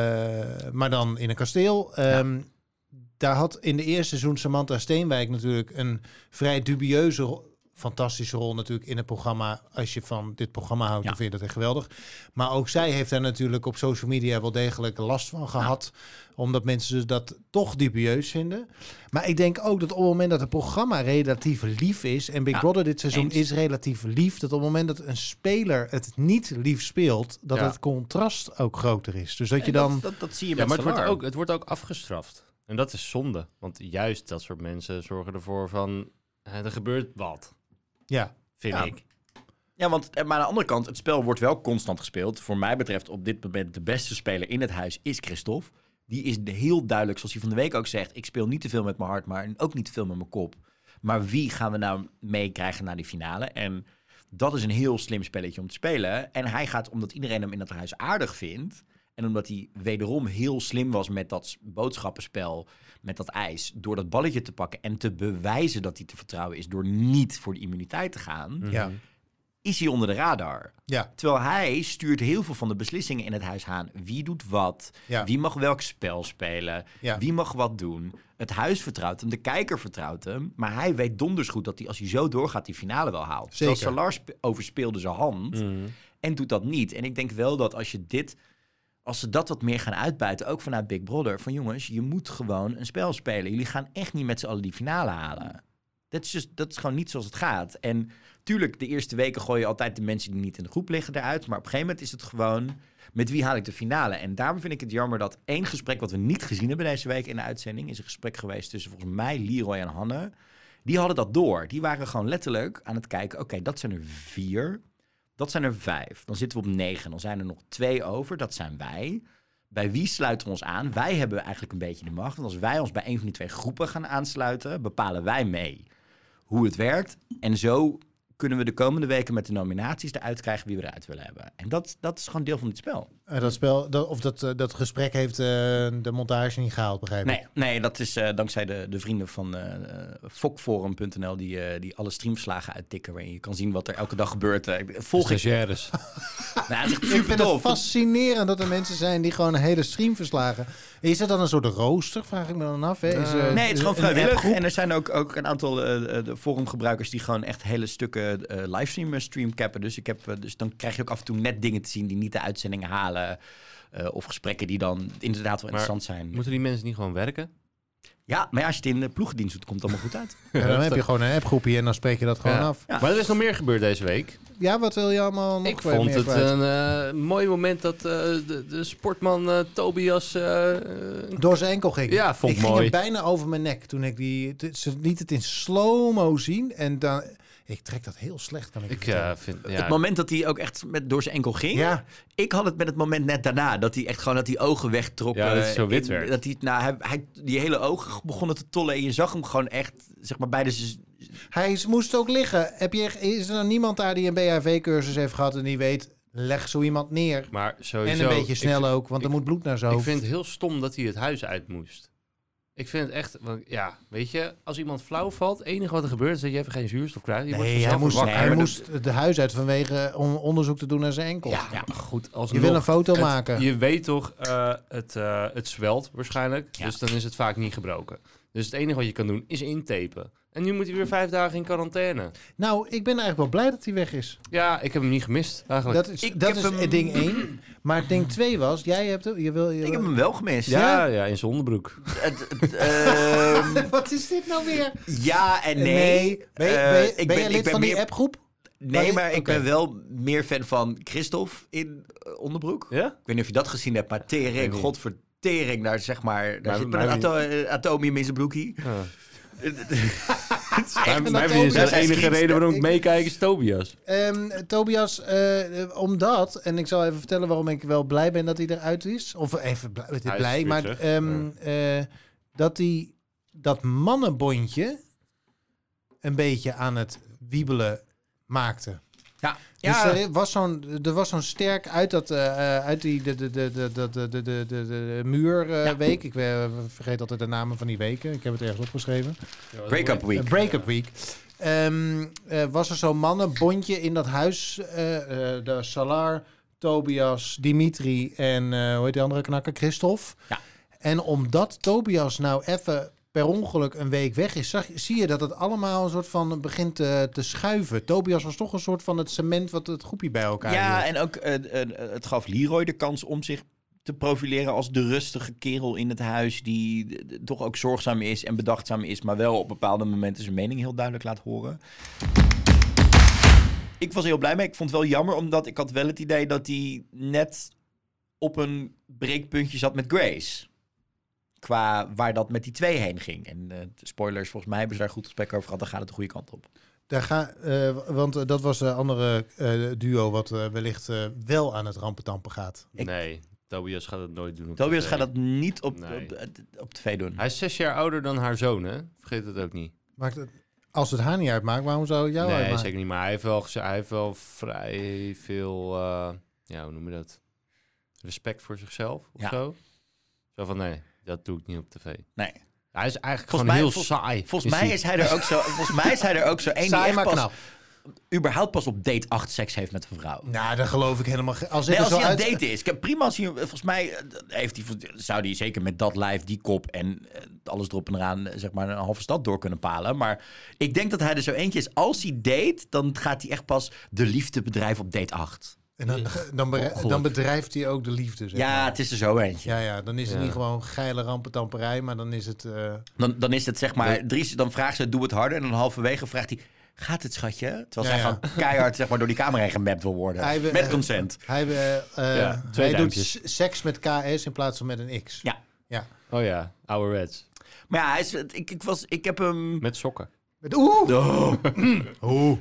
eh, maar dan in een kasteel. Ehm, Daar had in de eerste seizoen Samantha Steenwijk natuurlijk een vrij dubieuze, ro- fantastische rol natuurlijk in het programma. Als je van dit programma houdt, Ja. dan vind je dat echt geweldig. Maar ook zij heeft daar natuurlijk op social media wel degelijk last van gehad. Omdat mensen dat toch dubieus vinden. Maar ik denk ook dat op het moment dat het programma relatief lief is... en Big Ja, Brother dit seizoen eens. is relatief lief... dat op het moment dat een speler het niet lief speelt... dat Ja. het contrast ook groter is. Dus dat je En dan... Dat, dat, dat zie je Ja, met maar het wordt, Solar. ook, het wordt ook afgestraft. En dat is zonde. Want juist dat soort mensen zorgen ervoor van... eh, er gebeurt wat, Ja, vind Ja. ik. Ja, want eh, maar aan de andere kant, het spel wordt wel constant gespeeld. Voor mij betreft op dit moment de beste speler in het huis is Christophe. Die is de- heel duidelijk, zoals hij van de week ook zegt... ik speel niet te veel met mijn hart, maar ook niet te veel met mijn kop. Maar wie gaan we nou meekrijgen naar die finale? En dat is een heel slim spelletje om te spelen. En hij gaat, omdat iedereen hem in dat huis aardig vindt... en omdat hij wederom heel slim was met dat s- boodschappenspel... met dat ijs, door dat balletje te pakken... en te bewijzen dat hij te vertrouwen is... door niet voor de immuniteit te gaan... Mhm. ja, is hij onder de radar. ja, Terwijl hij stuurt heel veel van de beslissingen in het huis aan. Wie doet wat? ja. Wie mag welk spel spelen? Ja. Wie mag wat doen? Het huis vertrouwt hem, de kijker vertrouwt hem. Maar hij weet donders goed dat hij, als hij zo doorgaat, die finale wel haalt. Zeker. Terwijl Salar spe- overspeelde zijn hand Mhm. en doet dat niet. En ik denk wel dat als je dit... Als ze dat wat meer gaan uitbuiten, ook vanuit Big Brother... van jongens, je moet gewoon een spel spelen. Jullie gaan echt niet met z'n allen die finale halen. Dat is, just, dat is gewoon niet zoals het gaat. En tuurlijk, de eerste weken gooi je altijd de mensen die niet in de groep liggen eruit. Maar op een gegeven moment is het gewoon... met wie haal ik de finale? En daarom vind ik het jammer dat één gesprek... wat we niet gezien hebben deze week in de uitzending... is een gesprek geweest tussen volgens mij Leroy en Hanne. Die hadden dat door. Die waren gewoon letterlijk aan het kijken... oké, dat zijn er vier... Dat zijn er vijf. Dan zitten we op negen. Dan zijn er nog twee over. Dat zijn wij. Bij wie sluiten we ons aan? Wij hebben eigenlijk een beetje de macht. Want als wij ons bij een van die twee groepen gaan aansluiten... bepalen wij mee hoe het werkt. En zo kunnen we de komende weken met de nominaties eruit krijgen... wie we eruit willen hebben. En dat, dat is gewoon deel van dit spel. Eh, dat spel, dat, of dat, eh, dat gesprek heeft eh, de montage niet gehaald, begrijp ik. Nee, nee dat is eh, dankzij de, de vrienden van uh, fokforum punt n l... Die, uh, die alle streamverslagen uittikken... waarin je kan zien wat er elke dag gebeurt. Uh, volg ik. Stagiaires. Nou, het is echt Ik super vind het tof. fascinerend dat er mensen zijn die gewoon een hele stream verslagen. Is dat dan een soort rooster, vraag ik me dan af. Hè? Is, uh, Nee, het is gewoon een vrijwillig. appgroep? En er zijn ook, ook een aantal uh, de forumgebruikers die gewoon echt hele stukken uh, livestream uh, stream cappen. Dus, ik heb, uh, dus dan krijg je ook af en toe net dingen te zien die niet de uitzendingen halen. Uh, of gesprekken die dan inderdaad wel Maar interessant zijn. Moeten die mensen niet gewoon werken? Ja, maar ja, als je het in de ploegendienst doet, komt het allemaal goed uit. Ja, dan heb je gewoon een appgroepje en dan spreek je dat gewoon Ja. af. Ja. Maar er is nog meer gebeurd deze week. Ja, wat wil je allemaal nog Ik weer vond meer het kwijt? een uh, mooi moment dat uh, de, de sportman uh, Tobias... Uh, Door zijn enkel ging. Ja, vond ik ik ging mooi. het bijna over mijn nek toen ik die... t- Ze liet het in slow-mo zien en dan... Ik trek dat heel slecht, kan ik, ik je uh, vertellen. vind... Ja, Het moment dat hij ook echt met, door zijn enkel ging. Ja, Ik had het met het moment net daarna. Dat hij echt gewoon dat die ogen wegtrokken. Ja, dat het zo wit in- werd. Dat hij, nou, hij, hij, die hele ogen begonnen te tollen. En je zag hem gewoon echt, zeg maar, bij de... z- Hij is- moest ook liggen. Heb je, is er nou niemand daar die een B H V-cursus heeft gehad en die weet, leg zo iemand neer. Maar sowieso... En een beetje snel ik, ook, want er ik- moet bloed naar zijn Ik hoofd. vind het heel stom dat hij het huis uit moest. Ik vind het echt... Want, ja, weet je, als iemand flauw valt, het enige wat er gebeurt is dat je even geen zuurstof krijgt. Je wordt Nee, hij vanzelf moest, wakker. hij maar moest het huis uit vanwege om onderzoek te doen naar zijn enkel. Ja, ja, maar goed. Als Je wil een foto maken. Je weet toch, uh, het, uh, het zwelt waarschijnlijk. Ja. Dus dan is het vaak niet gebroken. Dus het enige wat je kan doen is intapen. En nu moet hij weer vijf dagen in quarantaine. Nou, ik ben eigenlijk wel blij dat hij weg is. Ja, ik heb hem niet gemist eigenlijk. Dat is, Ik dat heb is hem- ding één. Maar ding twee was, jij hebt... Je wil, je Ik heb wil- hem wel gemist. ja, ja, in zijn onderbroek. Het- het, ehm, Wat is dit nou weer? ja en nee. Ben, je- Eh, ben, je- ik ben je ben- lid ik ben van die meer- appgroep? Nee, je- maar ik oké. ben wel meer fan van Christophe in eh, onderbroek. Ja? Ik weet niet of je dat gezien hebt, maar weet tering, niet. godvertering, daar zeg maar, daar Maar- zit maar maar een wie- ato eh, atomium in zijn broekie. Ja. Het is echt Maar, een maar atomium. is de Dat is enige iets- reden waarom ik ik- meekijk is Tobias. Ehm, Tobias, eh, eh, omdat, en ik zal even vertellen waarom ik wel blij ben dat hij eruit is. Of even blij, het is Hij is blij weer maar terug. ehm, eh, dat hij dat mannenbondje een beetje aan het wiebelen maakte. Ja, Dus ja. er was zo'n, er was zo'n sterk uit dat, eh, eh, uit die de de de de de de de de, de, de muurweek. Ik eh, vergeet altijd de namen van die weken. Ik heb het ergens opgeschreven. Break-up week. Een break-up week. Ehm, eh, was er zo'n mannenbondje in dat huis. eh, eh, de Salar, Tobias, Dimitri en eh, hoe heet die andere knakker? Christophe. Ja. En omdat Tobias nou even per ongeluk een week weg is, zag, zie je dat het allemaal een soort van begint te, te schuiven. Tobias was toch een soort van het cement wat het groepje bij elkaar Ja, hield. en ook eh, eh, het gaf Leroy de kans om zich te profileren als de rustige kerel in het huis die eh, toch ook zorgzaam is en bedachtzaam is, maar wel op bepaalde momenten zijn mening heel duidelijk laat horen. Ik was heel blij mee. Ik vond het wel jammer, omdat ik had wel het idee dat hij net op een breekpuntje zat met Grace. Qua waar dat met die twee heen ging. En eh, de spoilers, volgens mij hebben ze daar goed gesprek over gehad. Dan gaat het de goede kant op. Daar ga, eh, want eh, dat was de andere eh, duo wat eh, wellicht eh, wel aan het rampentampen gaat. Ik- Nee, Tobias gaat het nooit doen. Op Tobias tv. gaat dat niet op, Nee. op, op tv doen. Hij is zes jaar ouder dan haar zoon, hè? Vergeet het ook niet. Maakt het, als het haar niet uitmaakt, waarom zou het jou nee, uitmaken? zeker niet. Maar hij heeft wel, geze- hij heeft wel vrij veel, eh, ja, hoe noem je dat? Respect voor zichzelf of Ja. zo. Zo van, nee, dat doe ik niet op tv. Nee. Hij is eigenlijk Volgens gewoon mij- heel vol- saai. Volgens mij is hij er ook zo. Volgens mij is hij er ook zo één die Saai echt maar pas, knap. überhaupt pas op date acht seks heeft met een vrouw. Nou, dat geloof ik helemaal. ge- Als ik Nee, er als zo hij aan uit... het daten is. Ik heb prima als hij, volgens mij eh, heeft hij, zou hij zeker met dat lijf, die kop en eh, alles erop en eraan, eh, zeg maar, een halve stad door kunnen palen. Maar ik denk dat hij er zo eentje is. Als hij date, dan gaat hij echt pas de liefde bedrijven op date acht. En dan, dan, bere- Ongeluk. dan bedrijft hij ook de liefde. Zeg Ja, maar. het is er zo eentje. Ja, ja, dan is het Ja. niet gewoon geile rampentamperij, maar dan is het... eh, Dan, dan is het zeg maar, Dries, dan vraagt ze, doe het harder. En dan halverwege vraagt hij, gaat het schatje? Terwijl Ja, zij ja. gewoon keihard zeg maar, door die camera heen gemapt wil worden. Hij wil- met consent. hij eh, eh, Ja, twee hij doet duimpjes. s- seks met K S in plaats van met een X. Ja. Ja. Oh ja, ouderwets. Maar ja, hij is, ik, ik, was, ik heb hem... Met sokken. Met oeh! Oh. Oeh!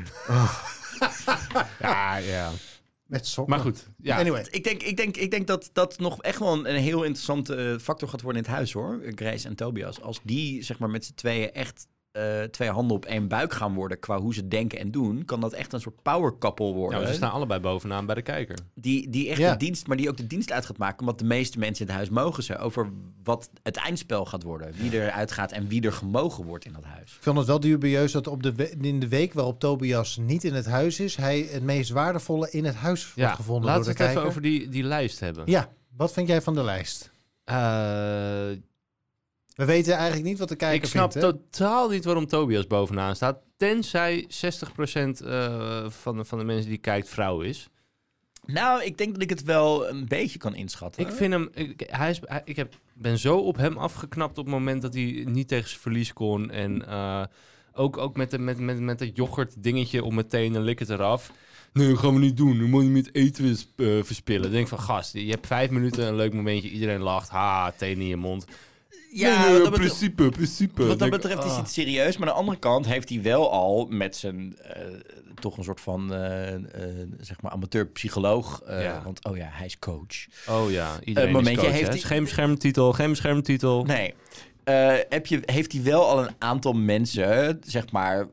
Ja, ja. Met sokken. Maar goed. Ja. Anyway. Ik denk, ik, denk, ik denk dat dat nog echt wel een, een heel interessante eh, factor gaat worden in het huis, hoor. Grace en Tobias. Als die, zeg maar, met z'n tweeën echt eh, twee handen op één buik gaan worden qua hoe ze denken en doen, kan dat echt een soort power couple worden. Nou, ze staan allebei bovenaan bij de kijker. Die, die echt Ja. de dienst, maar die ook de dienst uit gaat maken. Omdat de meeste mensen in het huis mogen ze. Over wat het eindspel gaat worden. Wie eruit gaat en wie er gemogen wordt in dat huis. Ik vond het wel dubieus dat op de we- in de week waarop Tobias niet in het huis is, hij het meest waardevolle in het huis Ja, wordt gevonden laten door we de het even kijker. over die, die lijst hebben. Ja, wat vind jij van de lijst? Eh, We weten eigenlijk niet wat de kijker ik snap vindt. hè? totaal niet waarom Tobias bovenaan staat. Tenzij zestig procent eh, van, de, van de mensen die kijkt vrouw is. Nou, ik denk dat ik het wel een beetje kan inschatten. Ik vind hem... Ik, hij is, hij- ik heb, ben zo op hem afgeknapt op het moment dat hij niet tegen zijn verlies kon. En eh, ook, ook met, de, met, met, met dat yoghurt dingetje om meteen een lik het eraf. Nee, dat gaan we niet doen. We moeten niet eten uh, verspillen. Dan denk ik van, gast, je hebt vijf minuten een leuk momentje. Iedereen lacht. Ha, tenen in je mond. Ja, nee, wat nee, dat betreft- principe, principe. Wat dat Denk ik, betreft is ah. het serieus. Maar aan de andere kant heeft hij wel al met zijn eh, toch een soort van eh, eh, zeg maar amateur-psycholoog. eh, Ja. Want oh ja, hij is coach. Oh ja, iedereen Een momentje is coach, heeft hè? hij- Geen beschermtitel, geen beschermtitel. Nee. uh, heb je, heeft hij wel al een aantal mensen, zeg maar,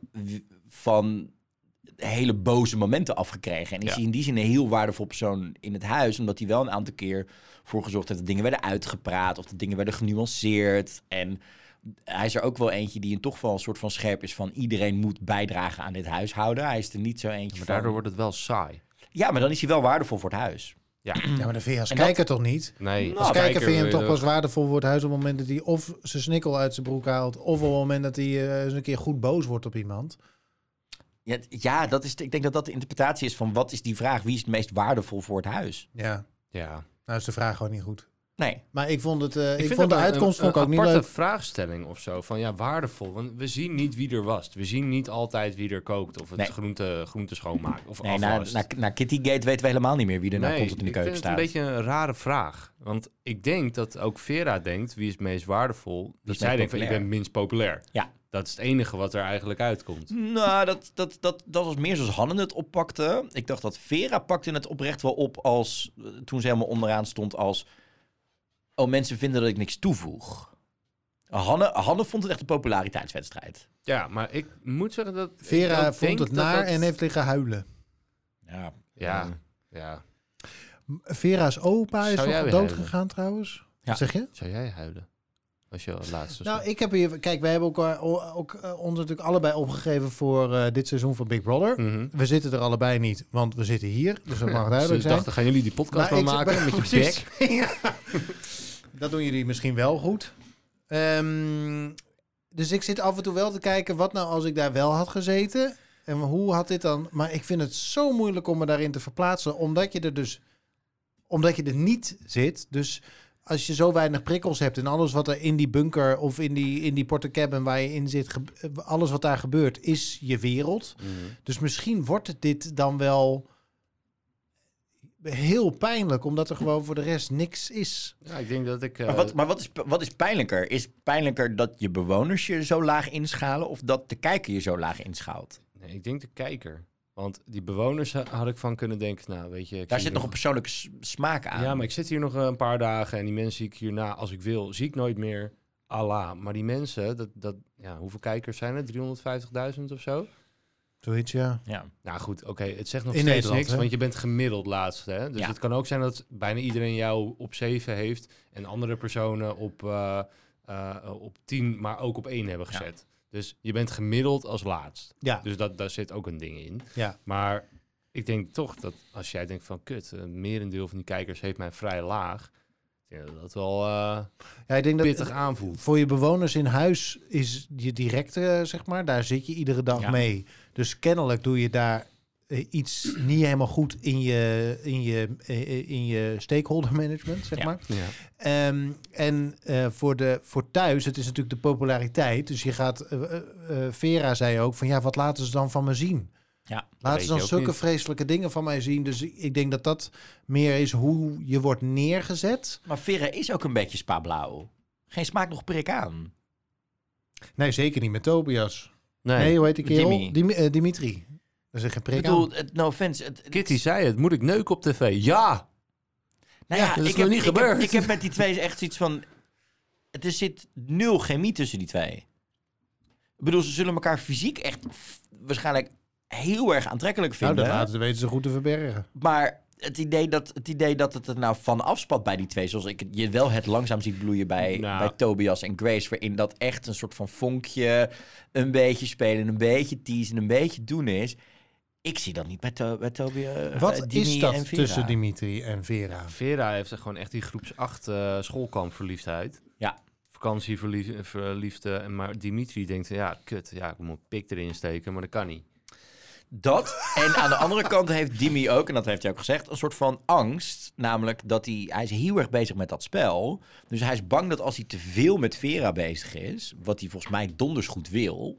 van hele boze momenten afgekregen. En is Ja. hij in die zin een heel waardevol persoon in het huis, omdat hij wel een aantal keer voor gezorgd heeft dat dingen werden uitgepraat of dat dingen werden genuanceerd. En hij is er ook wel eentje die een toch wel een soort van scherp is van iedereen moet bijdragen aan dit huishouden. Hij is er niet zo eentje Maar van... daardoor wordt het wel saai. Ja, maar dan is hij wel waardevol voor het huis. Ja, Ja, maar dan vind je als En kijker toch niet? nee. Nou, Als kijker vind je hem wil toch pas waardevol voor het huis op het moment dat hij of zijn snikkel uit zijn broek haalt, of op het moment dat hij uh, eens een keer goed boos wordt op iemand. Ja, ja, dat is, ik denk dat dat de interpretatie is van wat is die vraag? Wie is het meest waardevol voor het huis? Ja, Ja. nou is de vraag gewoon niet goed. Nee. Maar ik vond het, uh, ik, Ik, vond vind de dat een- uitkomst een, vond ik ook een niet aparte leuk. vraagstelling of zo. Van ja, waardevol. Want we zien niet wie er wast. We zien niet altijd wie er kookt. Of het Nee. groente, groente schoonmaakt. Of Nee, na, afwast. na, na Kittygate weten we helemaal niet meer wie er nou Nee, constant in de keuken ik staat. vind het een beetje een rare vraag. Want ik denk dat ook Vera denkt, wie is het meest waardevol? Dat meest zij denkt van, ik populair? ben minst populair. Ja. Dat is het enige wat er eigenlijk uitkomt. Nou, dat, dat, dat, dat was meer zoals Hanne het oppakte. Ik dacht dat Vera pakte het oprecht wel op als... toen ze helemaal onderaan stond als... oh, mensen vinden dat ik niks toevoeg. Hanne, Hanne vond het echt een populariteitswedstrijd. Ja, maar ik moet zeggen dat... ik Vera ook vond denk het dat naar dat- en heeft liggen huilen. Ja. Ja, eh, ja. Vera's opa is Zou jij nog weer dood huilen? gegaan trouwens. Ja. Wat zeg je? Zou jij huilen? Als je als laatste Nou, stond? ik heb hier... Kijk, wij hebben ook, uh, ook uh, ons natuurlijk allebei opgegeven voor uh, dit seizoen van Big Brother. Mhm. We zitten er allebei niet, want we zitten hier. Dus dat mag duidelijk Ze zijn. dachten, gaan jullie die podcast Maar maar ik- maken met je precies. bek? Ja. Dat doen jullie misschien wel goed. Ehm, dus ik zit af en toe wel te kijken, wat nou als ik daar wel had gezeten? En hoe had dit dan... Maar ik vind het zo moeilijk om me daarin te verplaatsen, omdat je er dus... Omdat je er niet zit. Dus als je zo weinig prikkels hebt en alles wat er in die bunker of in die, in die portecabin waar je in zit, ge- alles wat daar gebeurt, is je wereld. Mhm. Dus misschien wordt het dit dan wel heel pijnlijk, omdat er gewoon voor de rest niks is. Ja, ik denk dat ik... eh, Maar, wat, maar wat, is, wat is pijnlijker? Is pijnlijker dat je bewoners je zo laag inschalen of dat de kijker je zo laag inschaalt? Nee, ik denk de kijker. Want die bewoners ha- had ik van kunnen denken, nou weet je... ik Daar zie zit nog een persoonlijke s- smaak aan. Ja, maar ik zit hier nog een paar dagen en die mensen zie ik hierna, als ik wil, zie ik nooit meer. Allah. Maar die mensen, dat, dat, ja, hoeveel kijkers zijn er? driehonderdvijftigduizend of zo? Zoiets, ja. Ja. Nou goed, oké, het zegt nog In steeds Nederland, niks, hè? want je bent gemiddeld laatst. Hè? Dus Ja. het kan ook zijn dat bijna iedereen jou op zeven heeft en andere personen op, uh, uh, op tien, maar ook op één hebben gezet. Dus je bent gemiddeld als laatst. Ja, Dus dat, daar zit ook een ding in. ja. Maar ik denk toch dat als jij denkt van kut, een merendeel van die kijkers heeft mij vrij laag. Ik denk dat dat wel uh, ja ik denk dat pittig aanvoelt. voor je bewoners in huis is je directe, zeg maar, daar zit je iedere dag Ja. mee. Dus kennelijk doe je daar eh, iets niet helemaal goed in je, in je, eh, in je stakeholder management, zeg Ja. maar. Ja. Ehm, en eh, voor, de, voor thuis, het is natuurlijk de populariteit. Dus je gaat, eh, eh, eh, Vera zei ook van ja, wat laten ze dan van me zien? Ja. Laten weet ze je dan ook zulke niet. vreselijke dingen van mij zien. Dus ik denk dat dat meer is hoe je wordt neergezet. Maar Vera is ook een beetje spa-blauw. Geen smaak nog prik aan. Nee, zeker niet met Tobias. Nee, Nee, hoe heet die kerel? Jimmy. Dim- eh, Dimitri. Dat is geen Ik prik bedoel, aan. het, no offense. Het, het- Kitty zei het, moet ik neuken op tv? Ja! nou ja, ja, dat is ik nog heb, niet ik gebeurd. Heb, ik heb met die twee echt zoiets van... Er zit nul chemie tussen die twee. Ik bedoel, ze zullen elkaar fysiek echt f- waarschijnlijk heel erg aantrekkelijk Nou, vinden. dat laten weten ze goed te verbergen. Maar het idee, dat, het idee dat het er nou van afspat bij die twee... zoals ik het- je wel het langzaam ziet bloeien bij, Nou. bij Tobias en Grace... waarin dat echt een soort van vonkje, een beetje spelen, een beetje teasen, een beetje doen is... Ik zie dat niet bij, to, bij Tobias. Wat is en dat Vera. tussen Dimitri en Vera? Vera heeft er gewoon echt die groeps acht uh, schoolkampverliefdheid. Ja. Vakantieverliefde. En maar Dimitri denkt, ja, kut, ja, ik moet mijn pik erin steken, maar dat kan niet. Dat. En aan de andere kant heeft Dimi ook, en dat heeft hij ook gezegd, een soort van angst. Namelijk dat hij, hij is heel erg bezig met dat spel. Dus hij is bang dat als hij te veel met Vera bezig is, wat hij volgens mij donders goed wil,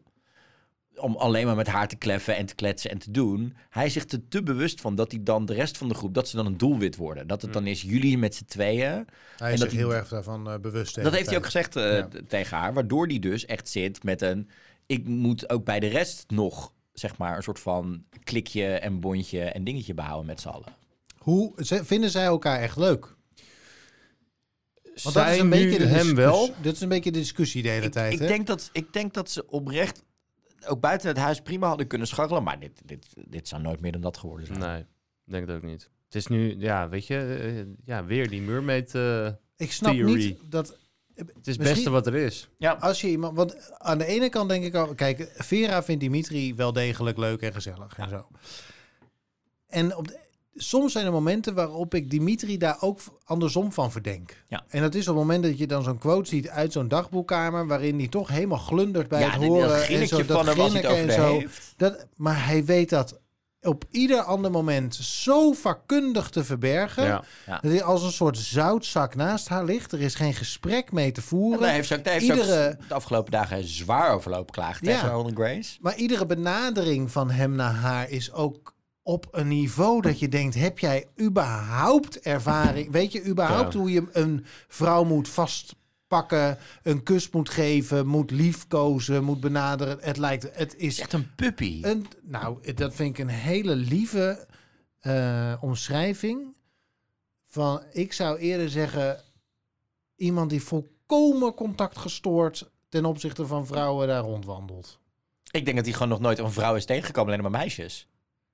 om alleen maar met haar te kleffen en te kletsen en te doen. Hij is zich er te bewust van dat hij dan de rest van de groep, dat ze dan een doelwit worden. Dat het dan is jullie met z'n tweeën. Hij is dat zich hij- heel erg daarvan uh, bewust. Dat heeft hij ook gezegd uh, Ja. t- tegen haar. Waardoor hij dus echt zit met een... Ik moet ook bij de rest nog, zeg maar, een soort van klikje en bondje en dingetje behouden met z'n allen. Hoe ze- vinden zij elkaar echt leuk? Want dat is zij een beetje nu de hem discussie- wel? Dat is een beetje de discussie de hele Ik, tijd. ik, hè? denk dat, ik denk dat ze oprecht ook buiten het huis prima hadden kunnen scharrelen. Maar dit, dit, dit zou nooit meer dan dat geworden zijn. Nee, ik denk het ook niet. Het is nu, ja, weet je, eh, ja, weer die mermaid. eh Ik snap theory. niet dat... het is het Misschien- beste wat er is. Als je iemand... Want aan de ene kant denk ik al... Kijk, Vera vindt Dimitri wel degelijk leuk en gezellig en zo. En op de- soms zijn er momenten waarop ik Dimitri daar ook andersom van verdenk. Ja. En dat is op het moment dat je dan zo'n quote ziet uit zo'n dagboekkamer... waarin hij toch helemaal glundert bij Ja, het dit- horen. dat en grinnetje zo, dat van hem als hij het grinniken over en de zo. heeft. Dat, maar hij weet dat op ieder ander moment zo vakkundig te verbergen... Ja. Ja. dat hij als een soort zoutzak naast haar ligt. Er is geen gesprek mee te En voeren. daar heeft ze ook, daar heeft ze Iedere- ook de afgelopen dagen zwaar over lopen klagen Ja. tegen Holland Grace. Maar iedere benadering van hem naar haar is ook op een niveau dat je denkt... heb jij überhaupt ervaring? Weet je überhaupt Ja. hoe je een vrouw moet vastpakken... een kus moet geven, moet liefkozen, moet benaderen? Het lijkt... Het is Echt een puppy. een... Nou, dat vind ik een hele lieve eh, omschrijving van... Ik zou eerder zeggen... iemand die volkomen contactgestoord... ten opzichte van vrouwen daar rondwandelt. Ik denk dat hij gewoon nog nooit een vrouw is tegengekomen, alleen maar meisjes.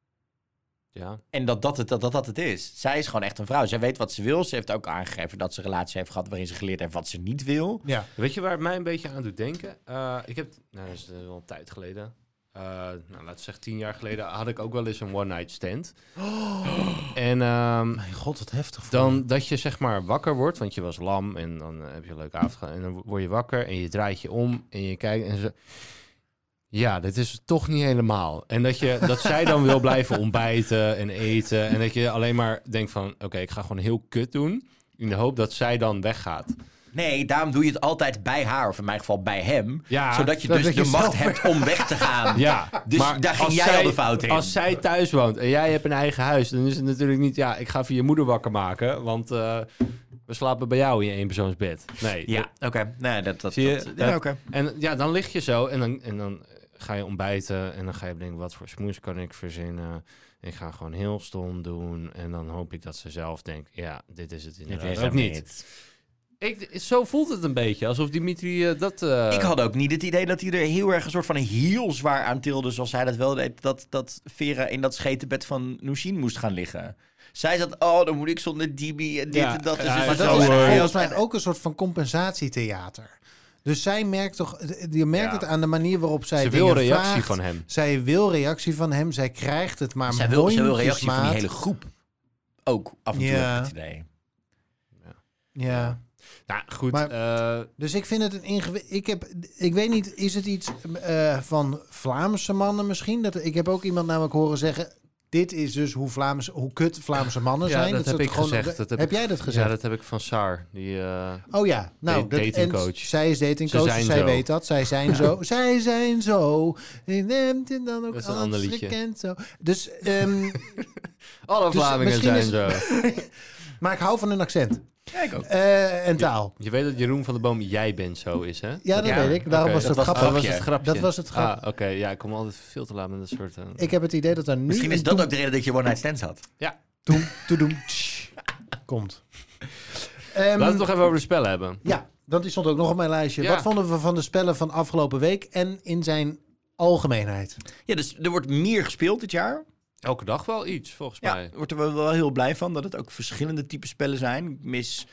Ja. En dat dat het, dat, dat dat het is. Zij is gewoon echt een vrouw. Zij weet wat ze wil. Ze heeft ook aangegeven dat ze een relatie heeft gehad waarin ze geleerd heeft wat ze niet wil. Ja. Weet je waar het mij een beetje aan doet denken? Uh, ik heb, nou, dat is uh, wel een tijd geleden. Uh, nou, laten we zeggen tien jaar geleden had ik ook wel eens een one-night stand. Oh. En um, Mijn god, wat heftig. dan dat je zeg maar wakker wordt, want je was lam en dan uh, heb je een leuke avond gehad. En dan word je wakker en je draait je om en je kijkt en zo. Ja, dit is het toch niet helemaal. En dat, je, dat zij dan wil blijven ontbijten en eten. En dat je alleen maar denkt van... Oké, okay, ik ga gewoon heel kut doen. In de hoop dat zij dan weggaat. Nee, daarom doe je het altijd bij haar. Of in mijn geval bij hem. Ja, zodat je dat dus je de macht zelf- hebt om weg te gaan. Ja, Dus maar daar ging als jij zij, al de fout in. Als zij thuis woont en jij hebt een eigen huis... dan is het natuurlijk niet... Ja, ik ga even je moeder wakker maken. Want uh, we slapen bij jou in je eenpersoonsbed. Nee. Ja, oké. Okay. Nee, dat... dat, Zie je? dat Dat- ja, oké. Okay. En ja, dan lig je zo en dan... En dan ga je ontbijten en dan ga je bedenken... wat voor smoes kan ik verzinnen? Ik ga gewoon heel stom doen. En dan hoop ik dat ze zelf denkt... ja, dit is het inderdaad Dit is ook hem niet. niet. Ik, zo voelt het een beetje. Alsof Dimitri uh, dat... Uh... Ik had ook niet het idee dat hij er heel erg een soort van heel zwaar aan tilde... zoals hij dat wel deed, dat, dat Vera in dat schetenbed van Nushin moest gaan liggen. Zij zat, oh, dan moet ik zonder Dibi en dit Ja, en dat. Dus ja, het Maar was dat zo is erg. volgens mij ook een soort van compensatietheater. Dus zij merkt toch... Je merkt Ja. het aan de manier waarop zij Ze dingen wil reactie vraagt. van hem. Zij wil reactie van hem. Zij krijgt het maar Zij wil, zij wil reactie van die mondjesmaat. hele groep. Ook af en toe Ja. heb ik het idee. Ja. Nou, goed. Maar- uh, Dus ik vind het een ingewikkeld... Ik heb, ik weet niet, is het iets uh, van Vlaamse mannen misschien? Dat, ik heb ook iemand namelijk horen zeggen... Dit is dus hoe, Vlaams, hoe kut Vlaamse mannen Ja, zijn. dat ze heb het ik gewoon- gezegd. Dat heb heb ik- jij dat gezegd? ja, dat heb ik van Saar. Die, uh, Oh ja, nou, Da- dat, datingcoach. en zij is datingcoach, Ze dus zijn zij zo. weet dat. Zij zijn zo. Zij zijn zo. En dan ook Dat is een alles ander liedje. gekend zo. Dus, um, alle Dus Vlamingen misschien zijn is- zo. maar ik hou van een accent. Ja, ik ook. Uh, en taal. Je weet dat Jeroen van de Boom jij bent zo is, hè? Ja, dat Ja, weet ik. Daarom oké. was het Dat was- grappig. Dat was grapje. het grapje. Dat was het grap. Ah, oké. Ja, ik kom altijd veel te laat met dat soort... Uh... Ik heb het idee dat er nu... Misschien is een dat toem- ook de reden dat je one-night stands had. toem- toedoem, tsch, komt. Um, Laten we het nog even over de spellen hebben. Ja, dat stond ook nog op mijn lijstje. Ja. Wat vonden we van de spellen van afgelopen week en in zijn algemeenheid? Ja, dus er wordt meer gespeeld dit jaar. Elke dag wel iets, volgens Ja, mij. ik word er wel, wel heel blij van dat het ook verschillende typen spellen zijn. Ik mis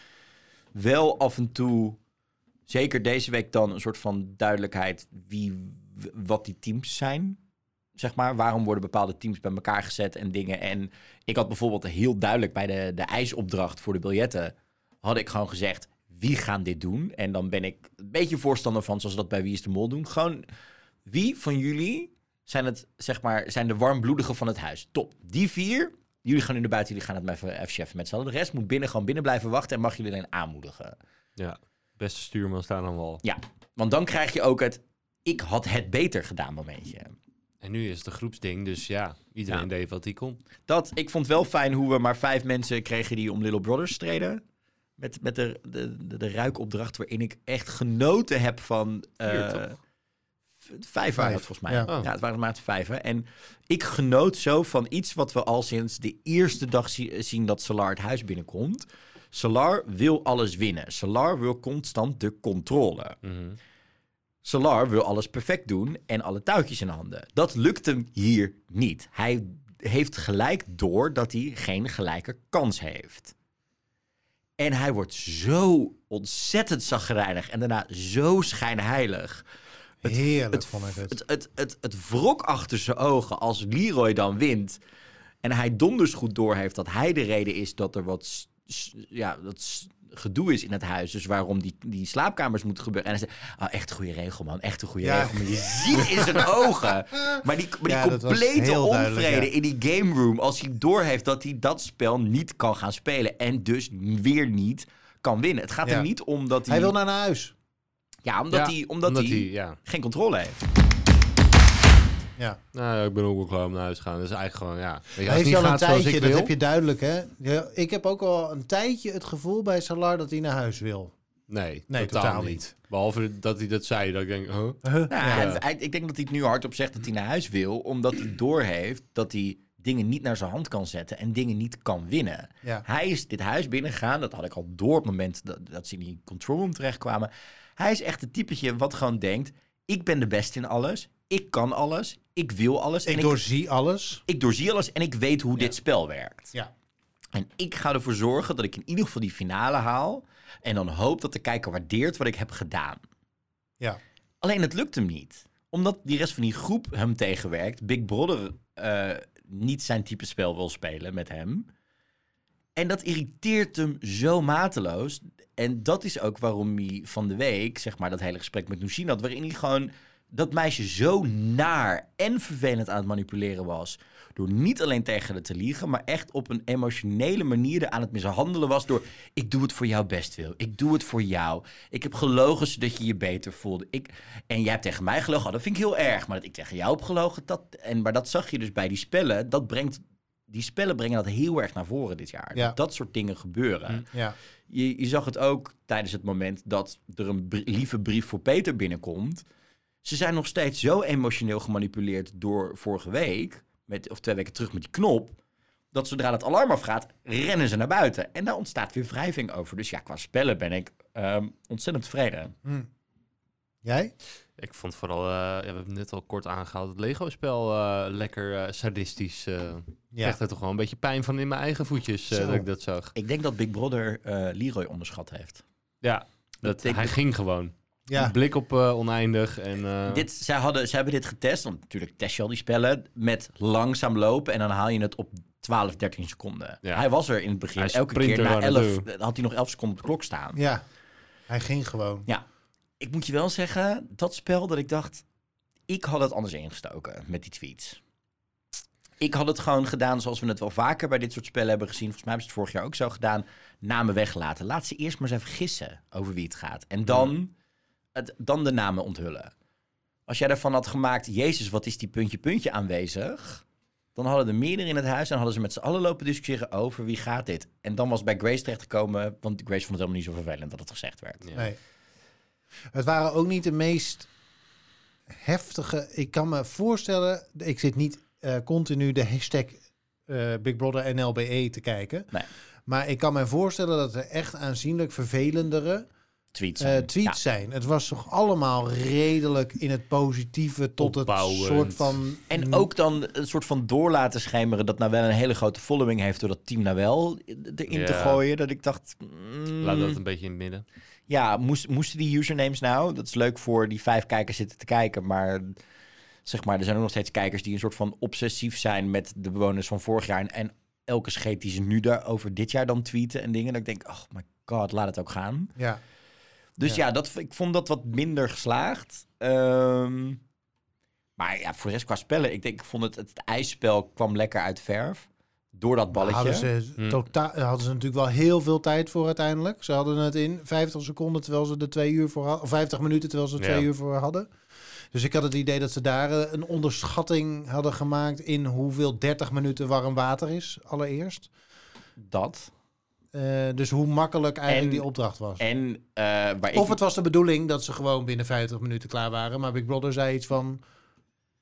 wel af en toe, zeker deze week dan, een soort van duidelijkheid wie, w- wat die teams zijn. Zeg maar, waarom worden bepaalde teams bij elkaar gezet en dingen. En ik had bijvoorbeeld heel duidelijk bij de, de ijsopdracht voor de biljetten, had ik gewoon gezegd, wie gaan dit doen? En dan ben ik een beetje voorstander van, zoals we dat bij Wie is de Mol doen. Gewoon, wie van jullie zijn het, zeg maar, zijn de warmbloedigen van het huis? Top. Die vier, jullie gaan nu naar buiten, jullie gaan het maar even, even cheffen met z'n allen. De rest moet binnen gewoon binnen blijven wachten en mag jullie alleen aanmoedigen. Ja. Beste stuurman staan aan wal. Ja, want dan krijg je ook het, ik had het beter gedaan momentje. En nu is het een groepsding, dus ja, iedereen Ja. deed wat hij kon. Dat, ik vond wel fijn hoe we maar vijf mensen kregen die om Little Brothers streden. Met, met de, de, de, de ruikopdracht waarin ik echt genoten heb van... uh, Vier, toch? Vijf waren het volgens mij. Ja. Ja, Oh. het waren maar vijf. Hè. En ik genoot zo van iets wat we al sinds de eerste dag zie- zien dat Solar het huis binnenkomt. Solar wil alles winnen. Solar wil constant de controle. Mhm. Solar wil alles perfect doen en alle touwtjes in handen. Dat lukt hem hier niet. Hij heeft gelijk door dat hij geen gelijke kans heeft. En hij wordt zo ontzettend chagrijnig en daarna zo schijnheilig. Het, Heerlijk het, vond ik het. Het, het, het, het wrok achter zijn ogen als Leroy dan wint. En hij donders goed doorheeft dat hij de reden is dat er wat s- s- ja, dat s- gedoe is in het huis. Dus waarom die, die slaapkamers moeten gebeuren. En hij zegt, oh, echt een goede regel, man. Echt een goede Ja. regel. Maar je ziet in zijn ogen. Maar die, maar die Ja, dat was complete heel duidelijk, onvrede ja. in die game room. Als hij doorheeft dat hij dat spel niet kan gaan spelen. En dus weer niet kan winnen. Het gaat Ja. er niet om dat hij... Hij wil naar huis. Ja, omdat Ja, hij, omdat hij ja. geen controle heeft. Ja. Nou ja, ik ben ook wel klaar om naar huis te gaan. Dat is eigenlijk gewoon, ja. Weet je, als Hij het heeft niet al een gaat zoals tijdje, ik dat wil, heb je duidelijk, hè? Ja, ik heb ook al een tijdje het gevoel bij Salar dat hij naar huis wil. Nee, Nee, totaal, totaal niet. niet. Behalve dat hij dat zei, dat ik denk, huh? Huh? Nou, Ja. hij- hij- ik denk dat hij het nu hardop zegt dat hij naar huis wil. Omdat hij doorheeft dat hij dingen niet naar zijn hand kan zetten. En dingen niet kan winnen. Ja. Hij is dit huis binnengegaan. Dat had ik al door op het moment dat, dat ze in die control room terechtkwamen. Hij is echt het typetje wat gewoon denkt... Ik ben de beste in alles. Ik kan alles. Ik wil alles. Ik en doorzie alles. ik, ik doorzie alles en ik weet hoe Ja. dit spel werkt. Ja. En ik ga ervoor zorgen dat ik in ieder geval die finale haal. En dan hoop dat de kijker waardeert wat ik heb gedaan. Ja. Alleen het lukt hem niet. Omdat die rest van die groep hem tegenwerkt. Big Brother eh, niet zijn type spel wil spelen met hem. En dat irriteert hem zo mateloos. En dat is ook waarom hij van de week, zeg maar, dat hele gesprek met Nushina had, waarin hij gewoon dat meisje zo naar en vervelend aan het manipuleren was. Door niet alleen tegen haar te liegen, maar echt op een emotionele manier er aan het mishandelen was. Door, ik doe het voor jouw bestwil. Ik doe het voor jou. Ik heb gelogen zodat je je beter voelde. Ik, en jij hebt tegen mij gelogen. Oh, dat vind ik heel erg. Maar dat ik tegen jou heb gelogen, dat, en, maar dat zag je dus bij die spellen. Dat brengt, die spellen brengen dat heel erg naar voren dit jaar. Ja. Dat, dat soort dingen gebeuren. Ja. Je, je zag het ook tijdens het moment dat er een br- lieve brief voor Peter binnenkomt. Ze zijn nog steeds zo emotioneel gemanipuleerd door vorige week, met, of twee weken terug met die knop, dat zodra het alarm afgaat, rennen ze naar buiten. En daar ontstaat weer wrijving over. Dus ja, qua spellen ben ik um, ontzettend tevreden. Hm. Jij? Ik vond vooral, uh, ja, we hebben het net al kort aangehaald, het Lego-spel uh, lekker uh, sadistisch. Uh, Ja. Ik kreeg er toch wel een beetje pijn van in mijn eigen voetjes uh, Zo. dat ik dat zag. Ik denk dat Big Brother uh, Leroy onderschat heeft. Ja, dat, ik- hij ging gewoon. Ja. Een blik op uh, oneindig. En, uh, Dit, zij, hadden, zij hebben dit getest, want natuurlijk test je al die spellen, met langzaam lopen en dan haal je het op twaalf, dertien seconden. Ja. Hij was er in het begin. Hij Elke sprint keer er na wel elf naartoe. had hij nog elf seconden op de klok staan. Ja. Hij ging gewoon. Ja, ik moet je wel zeggen, dat spel dat ik dacht, ik had het anders ingestoken met die tweets. Ik had het gewoon gedaan zoals we het wel vaker bij dit soort spellen hebben gezien. Volgens mij hebben ze het vorig jaar ook zo gedaan. Namen weglaten. Laat ze eerst maar eens even gissen over wie het gaat. En dan, het, dan de namen onthullen. Als jij daarvan had gemaakt, Jezus, wat is die puntje puntje aanwezig? Dan hadden er meerdere in het huis en hadden ze met z'n allen lopen discussiëren over wie gaat dit. En dan was het bij Grace terechtgekomen, want Grace vond het helemaal niet zo vervelend dat het gezegd werd. ja. Nee. Het waren ook niet de meest heftige... Ik kan me voorstellen... Ik zit niet uh, continu de hashtag uh, Big Brother N L B E te kijken. Nee. Maar ik kan me voorstellen dat er echt aanzienlijk vervelendere Tweets. uh, zijn. tweets Ja. zijn. Het was toch allemaal redelijk in het positieve tot Opbouwend. het soort van... En ook dan een soort van door laten schemeren dat Nawel een hele grote following heeft door dat team Nawel erin Ja. te gooien. Dat ik dacht, mm, Laat dat een beetje in het midden. ja, moest, moesten die usernames nou? Dat is leuk voor die vijf kijkers zitten te kijken, maar zeg maar, er zijn ook nog steeds kijkers die een soort van obsessief zijn met de bewoners van vorig jaar en, en elke scheet die ze nu daarover dit jaar dan tweeten en dingen. Dat ik denk, oh my god, laat het ook gaan. Ja. Dus ja, Ja. dat, ik vond dat wat minder geslaagd. Ehm, maar ja, voor de rest qua spellen, ik denk, ik vond het, het ijsspel kwam lekker uit verf. Door dat balletje. Hadden ze, Hm. totaal, hadden ze natuurlijk wel heel veel tijd voor uiteindelijk. Ze hadden het in vijftig seconden terwijl ze er twee uur voor hadden. Of vijftig minuten terwijl ze er twee Ja. uur voor hadden. Dus ik had het idee dat ze daar eh, een onderschatting hadden gemaakt in hoeveel dertig minuten warm water is, allereerst. Dat. Uh, dus hoe makkelijk eigenlijk En- die opdracht was. En eh, waar ik... Of het was de bedoeling dat ze gewoon binnen vijftig minuten klaar waren. Maar Big Brother zei iets van...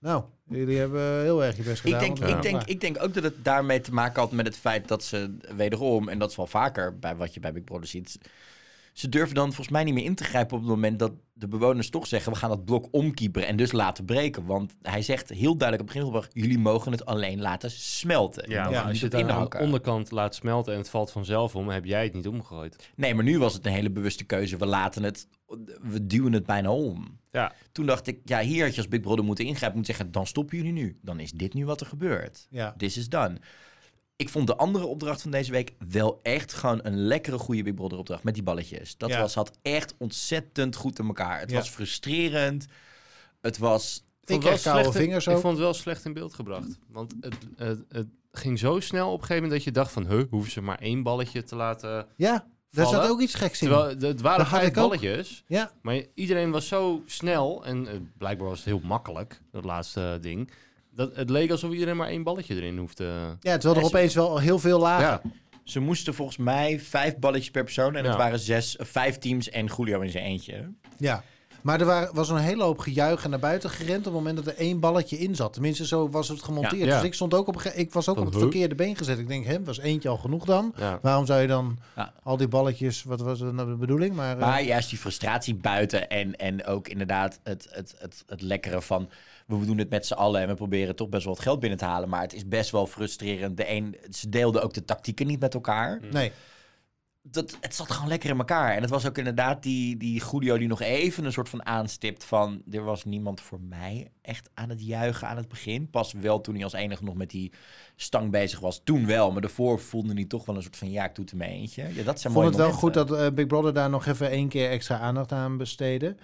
Nou, jullie hebben heel erg je best gedaan. Ik denk, want- ik, denk, Ja. ik denk ook dat het daarmee te maken had met het feit dat ze wederom, en dat is wel vaker bij wat je bij Big Brother ziet, ze durven dan volgens mij niet meer in te grijpen op het moment dat de bewoners toch zeggen, we gaan dat blok omkieperen en dus laten breken. Want hij zegt heel duidelijk op het begin van de dag, jullie mogen het alleen laten smelten. Ja, mogen maar het als je niet het op aan de inhakken. onderkant laat smelten en het valt vanzelf om, heb jij het niet omgegooid. Nee, maar nu was het een hele bewuste keuze. We laten het, we duwen het bijna om. Ja. Toen dacht ik, ja, hier had je als Big Brother moeten ingrijpen. Moet zeggen, dan stoppen jullie nu. Dan is dit nu wat er gebeurt. Ja. This is done. Ik vond de andere opdracht van deze week wel echt gewoon een lekkere, goede Big Brother opdracht. Met die balletjes. Dat Ja. was, had echt ontzettend goed in elkaar. Het Ja. was frustrerend. Het was... Ik vond het kreeg koude slecht in- vingers Ik ook. vond het wel slecht in beeld gebracht. Want het, het, het ging zo snel op een gegeven moment dat je dacht van, huh, hoeven ze maar één balletje te laten Ja, daar vallen? zat ook iets geks in. Terwijl het waren Dat had vijf ik ook. balletjes, Ja, maar iedereen was zo snel en eh, blijkbaar was het heel makkelijk, dat laatste ding. Dat het leek alsof iedereen maar één balletje erin hoefde. ja, terwijl er Ja, opeens wel heel veel lagen. Ja, Ze moesten volgens mij vijf balletjes per persoon. En Ja. het waren zes, eh, vijf teams en Julio in zijn eentje. Ja. Maar er waren, was een hele hoop gejuich en naar buiten gerend op het moment dat er één balletje in zat. Tenminste, zo was het gemonteerd. Ja. Dus ik stond ook op een ge- ik was ook Van, op het huh? verkeerde been gezet. Ik denk, hè, was eentje al genoeg dan? ja. Waarom zou je dan Ja. al die balletjes, wat was het nou de bedoeling? Maar, eh, Maar juist die frustratie buiten en, en ook inderdaad het, het, het, het lekkere van... we doen het met z'n allen en we proberen toch best wel wat geld binnen te halen. Maar het is best wel frustrerend. De een, ze deelden ook de tactieken niet met elkaar. nee. Dat, het zat gewoon lekker in elkaar. En het was ook inderdaad die, die Julio die nog even een soort van aanstipt van... er was niemand voor mij echt aan het juichen aan het begin. Pas wel toen hij als enige nog met die stang bezig was. Toen wel, maar daarvoor voelde hij toch wel een soort van... ja, ik doe het in mijn eentje. Ja, dat Ik zijn vond mooie het wel momenten. goed dat eh, Big Brother daar nog even één keer extra aandacht aan besteedde.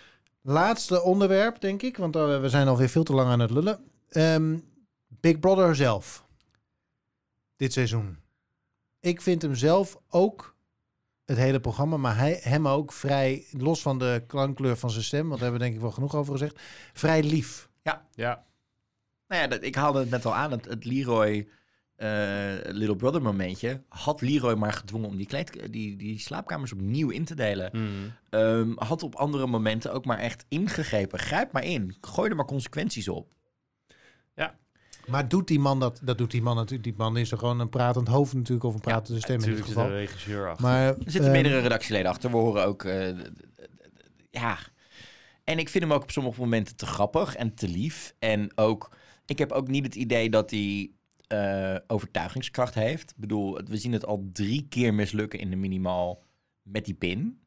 Laatste onderwerp, denk ik, want eh, we zijn alweer veel te lang aan het lullen. Ehm, Big Brother zelf. Dit seizoen. Ik vind hem zelf ook, het hele programma, maar hij, hem ook vrij, los van de klankkleur van zijn stem, want daar hebben we denk ik wel genoeg over gezegd, vrij lief. ja. Nou ja, dat, ik haalde het net al aan. Het, het Leroy eh, Little Brother momentje. Had Leroy maar gedwongen om die, kleed, die, die slaapkamers opnieuw in te delen. Mhm. Ehm, had op andere momenten ook maar echt ingegrepen. Grijp maar in. Gooi er maar consequenties op. Maar doet die man dat? Dat doet die man natuurlijk. Die man is er gewoon een pratend hoofd natuurlijk, of een pratende stem in dit Natuurlijk zit er geval. een regisseur achter. Maar, Er zitten ehm, meerdere redactieleden achter. We horen ook... eh, d- d- d- ja. En ik vind hem ook op sommige momenten te grappig en te lief. En ook... Ik heb ook niet het idee dat hij eh, overtuigingskracht heeft. Ik bedoel, we zien het al drie keer mislukken in de minimaal met die pin.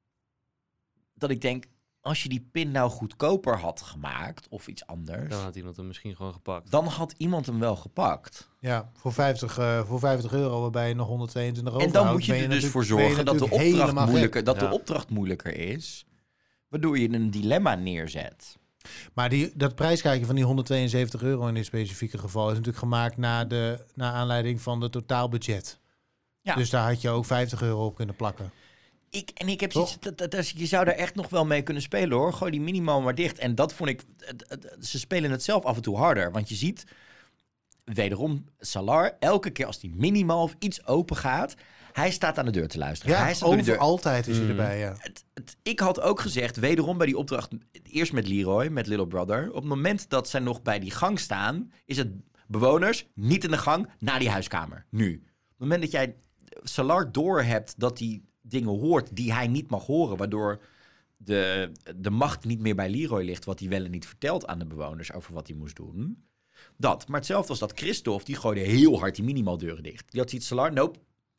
Dat ik denk, als je die pin nou goedkoper had gemaakt of iets anders, Dan had iemand hem misschien gewoon gepakt. dan had iemand hem wel gepakt. Ja, voor vijftig, eh, voor vijftig euro waarbij je nog honderdtweeëntwintig En overhoudt. dan moet je ben er dus natuurlijk- voor ben je zorgen dat de natuurlijk opdracht helemaal gek. moeilijker, dat Ja. de opdracht moeilijker is, waardoor je een dilemma neerzet. Maar die, dat prijskaartje van die honderdtweeënzeventig euro in dit specifieke geval is natuurlijk gemaakt na de naar aanleiding van de totaalbudget. Ja. Dus daar had je ook vijftig euro op kunnen plakken. Ik, en ik heb Toch? zoiets, dat, dat, dat- je zou daar echt nog wel mee kunnen spelen hoor. Gooi die minimaal maar dicht. En dat vond ik, het- het- ze spelen het zelf af en toe harder. Want je ziet, wederom, Salar, elke keer als die minimaal of iets open gaat, hij staat aan de deur te luisteren. Ja, hij staat door over die deur. altijd is hij Mm. erbij, ja. Het, het- ik had ook gezegd, wederom bij die opdracht, eerst met Leroy, met Little Brother. Op het moment dat zij nog bij die gang staan, is het bewoners niet in de gang, naar die huiskamer. Nu. Op het moment dat jij Salar doorhebt dat hij dingen hoort die hij niet mag horen, waardoor de, de macht niet meer bij Leroy ligt, wat hij wel en niet vertelt aan de bewoners over wat hij moest doen. Dat. Maar hetzelfde was dat Christophe, die gooide heel hard die minimaal deuren dicht. Die had zoiets, Salar, nope.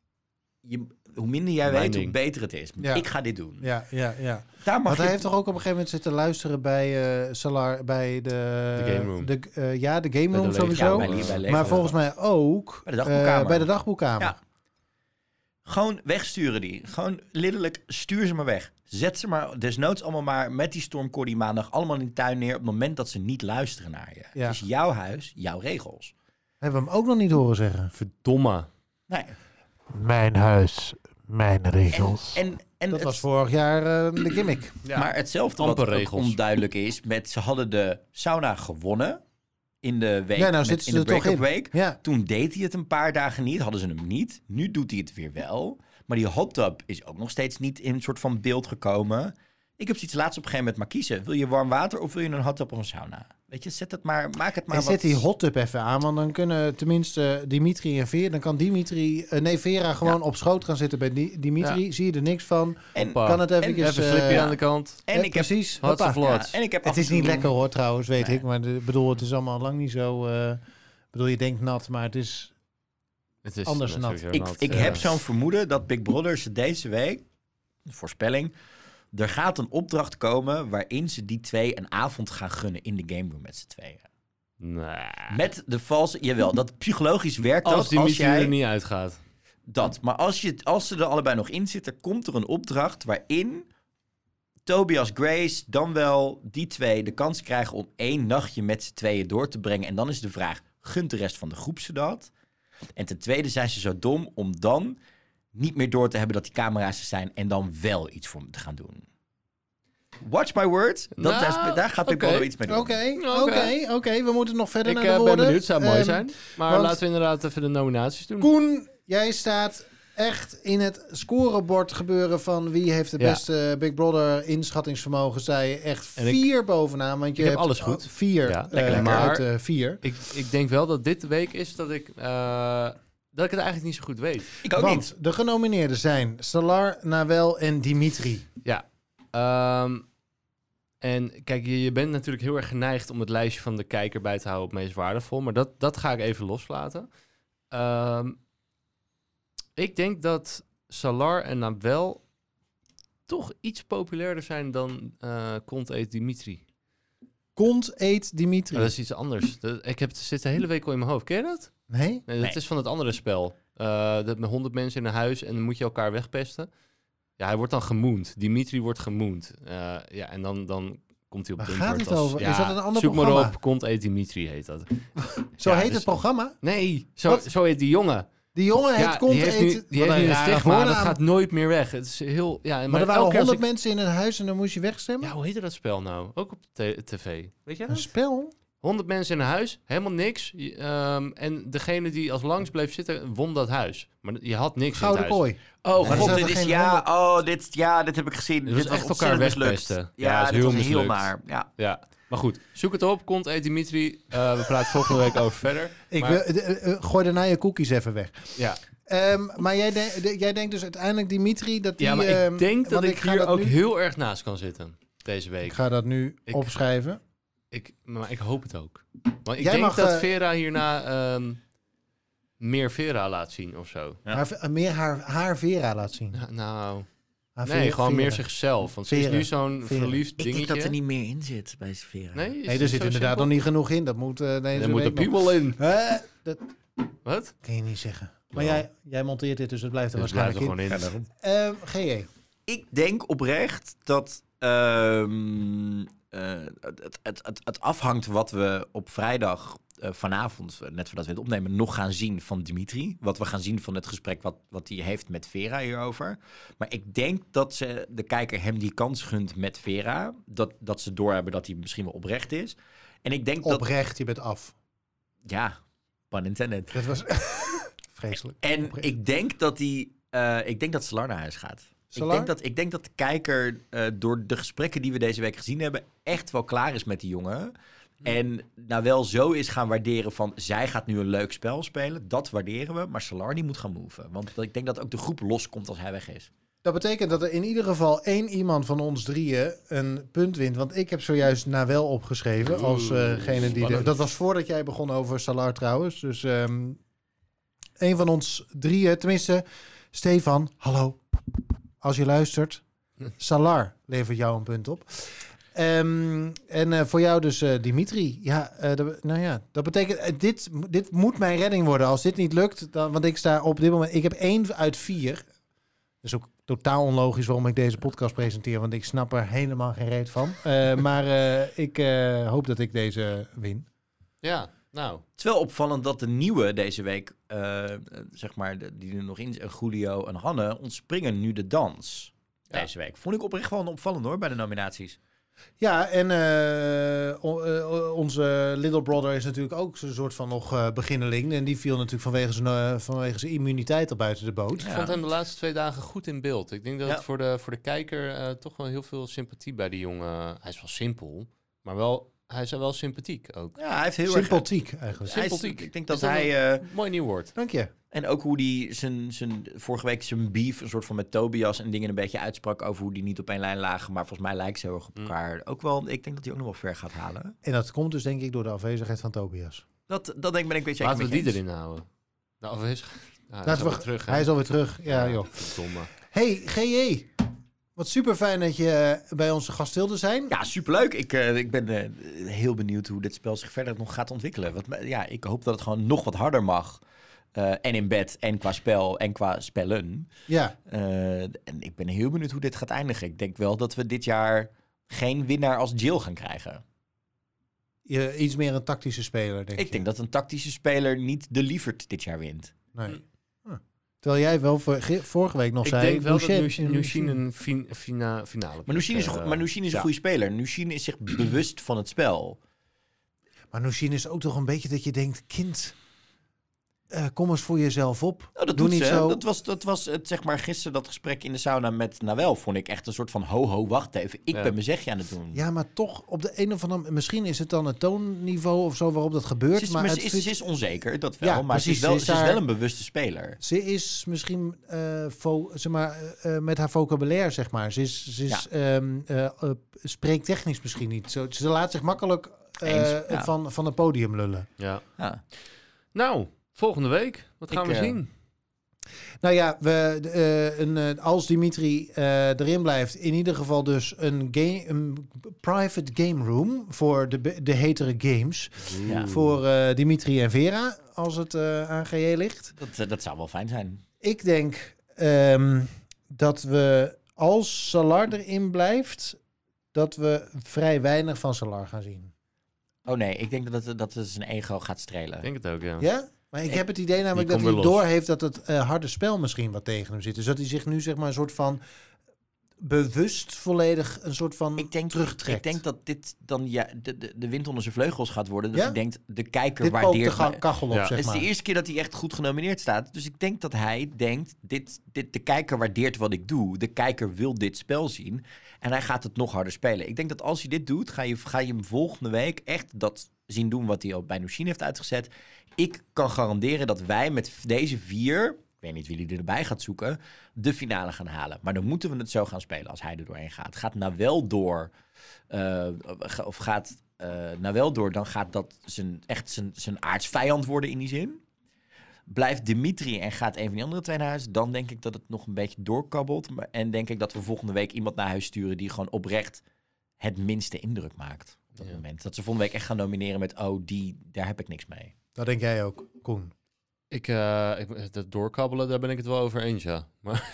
Je, hoe minder jij Mijn weet, hoe ding. beter het is. Ja. Ik ga dit doen. Ja, ja, ja. Daar mag Want je... hij heeft toch ook op een gegeven moment zitten luisteren bij eh Salar, bij de... De game room. De, eh, ja, de game de room Lego- sowieso. Ja, bij, bij Lego. maar volgens mij ook Bij de dagboekkamer. eh, bij de dagboekkamer. Ja. Gewoon wegsturen die. Gewoon letterlijk stuur ze maar weg. Zet ze maar desnoods allemaal maar met die stormcore die maandag allemaal in de tuin neer op het moment dat ze niet luisteren naar je. Ja. Het is jouw huis, jouw regels. Hebben we hem ook nog niet horen zeggen. Verdomme. Nee. Mijn huis, mijn regels. En, en, en dat het, was vorig jaar eh, de gimmick. Ja. Maar hetzelfde wat amper ook regels. onduidelijk is, met ze hadden de sauna gewonnen in de week, Ja, nou met- zitten in ze de er toch break-up in. week. Ja. Toen deed hij het een paar dagen niet, hadden ze hem niet. Nu doet hij het weer wel. Maar die hot tub is ook nog steeds niet in een soort van beeld gekomen. Ik heb zoiets laatst op een gegeven moment maar kiezen. Wil je warm water of wil je een hot tub of een sauna? Weet je, zet het maar, maak het maar En wat... zet die hot tub even aan, want dan kunnen tenminste Dimitri en Vera... Dan kan Dimitri, uh, nee, Vera gewoon Ja. op schoot gaan zitten bij Di- Dimitri. Ja. Zie je er niks van. En, Hoppa. Kan het even... en Even een flipje uh, aan de kant. en eh, ik heb... precies. Hot Hoppa. of lot. Ja, en ik heb af Het en is niet toe- lekker hoor trouwens, weet Nee. ik. Maar ik bedoel, het is allemaal lang niet zo... uh, Ik bedoel, je denkt nat, maar het is... Het is Anders dat nat. sowieso Ik, nat, ik ja. heb zo'n vermoeden dat Big Brother ze deze week, voorspelling, er gaat een opdracht komen waarin ze die twee een avond gaan gunnen in de game room met z'n tweeën. Nee. Met de valse, jawel, dat psychologisch werkt dat Als die als Dimitri jij er niet uitgaat. dat. Maar als, je, als ze er allebei nog in zitten, komt er een opdracht waarin Tobias Grace dan wel die twee de kans krijgen om één nachtje met z'n tweeën door te brengen. En dan is de vraag, gunt de rest van de groep ze dat? En ten tweede zijn ze zo dom om dan niet meer door te hebben dat die camera's er zijn en dan wel iets voor me te gaan doen. Watch my words. Dat, Nou, daar, daar gaat Big oké. Brother iets mee doen. Oké, Oké. oké, oké. We moeten nog verder Ik naar de eh, ben woorden. benieuwd, zou mooi Ehm, zijn. Maar want- laten we inderdaad even de nominaties doen. Koen, jij staat echt in het scorebord gebeuren van wie heeft de Ja. beste Big Brother inschattingsvermogen. Sta je echt En ik- vier bovenaan. Want je ik heb hebt alles goed. al Vier Ja, eh, lekker, lekker. uit Maar- eh, vier. Ik, ik denk wel dat dit de week is dat ik, eh, dat ik het eigenlijk niet zo goed weet. Ik ook Want niet. de genomineerden zijn Salar, Nawel en Dimitri. Ja. Ehm, en kijk, je, je bent natuurlijk heel erg geneigd om het lijstje van de kijker bij te houden op meest waardevol. Maar dat, dat ga ik even loslaten. Ehm, ik denk dat Salar en Nawel toch iets populairder zijn dan eh Kont Eet Dimitri. Kont eet Dimitri. Maar dat is iets anders. Dat, ik heb het zit de hele week al in mijn hoofd. Ken je dat? Nee? Nee, dat Nee. is van het andere spel. Uh, dat met honderd mensen in een huis en dan moet je elkaar wegpesten. Ja, hij wordt dan gemoend. Dimitri wordt gemoend. Uh, ja, en dan, dan komt hij op Waar de gaat beurt het als- over? Ja, Is dat een ander zoek programma? maar op. Kont Eet Dimitri heet dat. Zo Ja, heet dus- het programma? Nee, zo, Wat? zo heet die jongen. Die jongen heet Ja, Kont die heeft eet... nu, die Wat heeft een nu een rare stigma. Dat voornaam. gaat nooit meer weg. Het is heel... Ja, maar Maar er waren elke keer als honderd ik- mensen in een huis en dan moest je wegstemmen? Ja, hoe heette dat spel nou? Ook op de tv. Weet je Een dat? spel? honderd mensen in een huis, helemaal niks. Je- ehm, en degene die als langs bleef zitten, won dat huis. Maar je had niks Gouden in het huis. kooi. Oh Maar god, er dit zaten is geen ja, honderd- oh, dit, ja, dit heb ik gezien. Het dit was echt elkaar ontzettend mislukt. wegpesten. Ja, Ja, het is dit heel was heel mislukt. naar. Ja. Ja, maar goed. Zoek het op. Kont Eet Dimitri. Uh, we praten volgende week over verder. Ik Maar- wil, eh, eh, gooi daarna je cookies even weg. Ja, Ehm, maar jij, de- de- jij denkt dus uiteindelijk Dimitri dat die... ja maar ehm, ik denk dat want ik, ga hier dat ook nu- heel erg naast kan zitten. Deze week. Ik ga dat nu Ik- opschrijven. Ik, maar ik hoop het ook. Want ik Jij denk mag, dat eh, Vera hierna ehm, meer Vera laat zien of zo. Ja. Haar, eh, meer haar, haar Vera laat zien. Ja, nou, Haar nee, Vera- gewoon Vera. meer zichzelf. Want ze is Vera. nu zo'n Vera. verliefd Ik dingetje. denk dat er niet meer in zit bij Sfera. Nee, is Nee, het er zit zo inderdaad simpel? nog niet genoeg in. Dat moet uh, deze Er moet een week nog. piemel in. Hè? Dat Wat? kan je niet zeggen. Maar Ja. jij, jij monteert dit, dus het blijft er Dus blijf er waarschijnlijk gewoon in. in. Ehm G J. Ik denk oprecht dat ehm, eh, het, het, het, het afhangt wat we op vrijdag eh, vanavond, eh, net voordat we het opnemen, nog gaan zien van Dimitri. Wat we gaan zien van het gesprek wat, wat hij heeft met Vera hierover. Maar ik denk dat ze de kijker hem die kans gunt met Vera. Dat, dat ze doorhebben dat hij misschien wel oprecht is. En ik denk dat... Oprecht, je bent af. Ja, pun intended. Dat was vreselijk. En Oprecht. ik denk dat hij, uh, ik denk dat Salar naar huis gaat. Ik Salar? denk, dat, ik denk dat de kijker uh, door de gesprekken die we deze week gezien hebben echt wel klaar is met die jongen. En nou wel zo is gaan waarderen van zij gaat nu een leuk spel spelen. Dat waarderen we. Maar Salar die moet gaan moven. Want ik denk dat ook de groep loskomt als hij weg is. Dat betekent dat er in ieder geval één iemand van ons drieën een punt wint. Want ik heb zojuist Nawel opgeschreven als uh, gene die... De, dat was voordat jij begon over Salar trouwens. Dus um, één van ons drieën, tenminste Stefan, hallo. Als je luistert, Salar levert jou een punt op. Um, en uh, voor jou dus uh, Dimitri. Ja, uh, dat, nou ja, dat betekent... Uh, dit, dit moet mijn redding worden. Als dit niet lukt, dan, want ik sta op dit moment... Ik heb één uit vier. Dat is ook totaal onlogisch waarom ik deze podcast presenteer. Want ik snap er helemaal geen reet van. Uh, maar uh, ik uh, hoop dat ik deze win. Ja, nou. Het is wel opvallend dat de nieuwe deze week, uh, zeg maar, de, die er nog in zijn, Julio en Hanne, ontspringen nu de dans. Ja. Deze week. Vond ik oprecht wel opvallend hoor, bij de nominaties. Ja, en uh, on, uh, onze little brother is natuurlijk ook zo'n soort van nog uh, beginneling. En die viel natuurlijk vanwege zijn, uh, vanwege zijn immuniteit al buiten de boot. Ik ja. vond hem de laatste twee dagen goed in beeld. Ik denk dat ja. het voor de, voor de kijker uh, toch wel heel veel sympathie bij die jongen... Hij is wel simpel, maar wel hij is wel sympathiek ook. Ja, hij heeft heel Sympathiek erg... eigenlijk. Hij is- Sympathiek. ik denk dat Is dat hij... een eh, mooi nieuw woord. Dank je. en ook hoe die zijn, zijn... Vorige week zijn beef, een soort van met Tobias... en dingen een beetje uitsprak over hoe die niet op één lijn lagen. Maar volgens mij lijken ze heel erg op Mm. elkaar. Ook wel... Ik denk dat hij ook nog wel ver gaat halen. En dat komt dus denk ik door de afwezigheid van Tobias. Dat, dat denk, ben ik een beetje Laten we die met je erin houden. De afwezig. Ja, Laten we- we terug. hè? Hij is alweer terug. Ja, joh. Verdomme. Hey, G J. Wat super fijn dat je bij onze gast wilde zijn. Ja, superleuk. Ik, uh, ik ben uh, heel benieuwd hoe dit spel zich verder nog gaat ontwikkelen. Want, ja, ik hoop dat het gewoon nog wat harder mag. Uh, en in bed, en qua spel, en qua spellen. Ja. Uh, en ik ben heel benieuwd hoe dit gaat eindigen. Ik denk wel dat we dit jaar geen winnaar als Jill gaan krijgen. Je, iets meer een tactische speler, denk Ik je. denk dat een tactische speler niet de Lievert dit jaar wint. Nee. Hm. Huh. Terwijl jij wel voor, ge- vorige week nog Ik zei... denk wel dat Nushin- Nushin een fin, fina, finale... Maar Nushin is, een plek, go- uh, maar Nushin is een ja. goede speler. Nushin is zich bewust van het spel. Maar Nushin is ook toch een beetje dat je denkt... Kind, uh, kom eens voor jezelf op. Nou, dat Doe doet niet ze. zo. Dat was, dat was het, zeg maar, gisteren dat gesprek in de sauna met Nawel. Vond ik echt een soort van, ho, ho, wacht even. Ik Ja. ben mijn zegje aan het doen. Ja, maar toch op de een of andere... Misschien is het dan het toonniveau of zo waarop dat gebeurt. Ze is, maar maar het ze, is, vindt- ze is onzeker, dat wel. Ja, maar ze precies, is, wel, ze is ze is daar- wel een bewuste speler. Ze is misschien uh, vo, zeg maar, uh, met haar vocabulaire, zeg maar. Ze, is, ze is, um, uh, uh, spreektechnisch misschien niet. Zo, ze laat zich makkelijk uh, Eens, ja. van, van het podium lullen. Ja. Ja. Nou, volgende week. Wat gaan Ik, we uh, zien? Nou ja, we, uh, een, uh, als Dimitri uh, erin blijft, in ieder geval dus een, game, een private game room voor de, de hetere games. Ja. Voor uh, Dimitri en Vera, als het uh, aan G J ligt. Dat, uh, dat zou wel fijn zijn. Ik denk um, dat we, als Salar erin blijft, dat we vrij weinig van Salar gaan zien. Oh nee, ik denk dat het, dat het zijn ego gaat strelen. Ik denk het ook, ja. Ja? Maar ik Ik- heb het idee namelijk die dat komt hij weer los. door heeft dat het uh, harde spel misschien wat tegen hem zit. Dus dat hij zich nu zeg maar een soort van bewust volledig een soort van Ik denk, terugtrekt. ik denk dat dit dan ja, de, de, de wind onder zijn vleugels gaat worden. Dat Ja? hij denkt, de kijker Dit pookt de waardeert ga- me. kachel op, Ja. Het zeg is maar. de eerste keer dat hij echt goed genomineerd staat. Dus ik denk dat hij denkt, dit, dit, de kijker waardeert wat ik doe. De kijker wil dit spel zien. En hij gaat het nog harder spelen. Ik denk dat als hij dit doet, ga je, ga je hem volgende week echt dat zien doen wat hij al bij Nushin heeft uitgezet. Ik kan garanderen dat wij met deze vier, ik weet niet wie jullie erbij gaat zoeken, de finale gaan halen. Maar dan moeten we het zo gaan spelen als hij er doorheen gaat. Gaat nou wel door, uh, of gaat uh, nou wel door, dan gaat dat zijn, echt zijn, zijn aardsvijand worden in die zin. Blijft Dimitri en gaat een van die andere twee naar huis, dan denk ik dat het nog een beetje doorkabbelt. Maar, en denk ik dat we volgende week iemand naar huis sturen die gewoon oprecht het minste indruk maakt op dat Ja. moment. Dat ze volgende week echt gaan nomineren met, oh, die, daar heb ik niks mee. Dat denk jij ook, Koen. Ik, uh, ik, dat doorkabbelen, daar ben ik het wel over eens, ja. Maar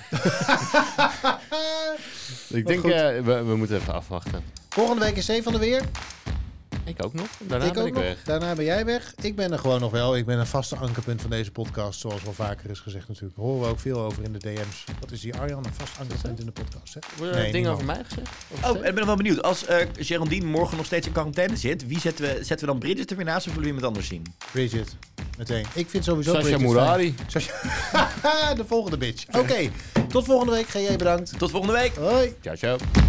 ik denk, goed. uh, we, we moeten even afwachten. Volgende week is Stefan er weer. Ik ook nog. Daarna ik ben ook ik nog. weg. Daarna ben jij weg. Ik ben er gewoon nog wel. Ik ben een vaste ankerpunt van deze podcast, zoals wel vaker is gezegd natuurlijk. Horen we ook veel over in de D M's. Wat is die Arjan? Een vast ankerpunt in de podcast, hè? Worden er Nee, dingen niemand. over mij gezegd? Over Oh, Steve? ik ben wel benieuwd. Als uh, Geraldine morgen nog steeds in quarantaine zit, wie zetten we, zetten we dan Bridget er weer naast of willen we iemand anders zien? Bridget. Meteen. Ik vind sowieso Sasha Bridget Murari. fijn. Sasha- de volgende bitch. Oké, okay. Tot volgende week. G J bedankt. Tot volgende week! Hoi. Ciao, ciao.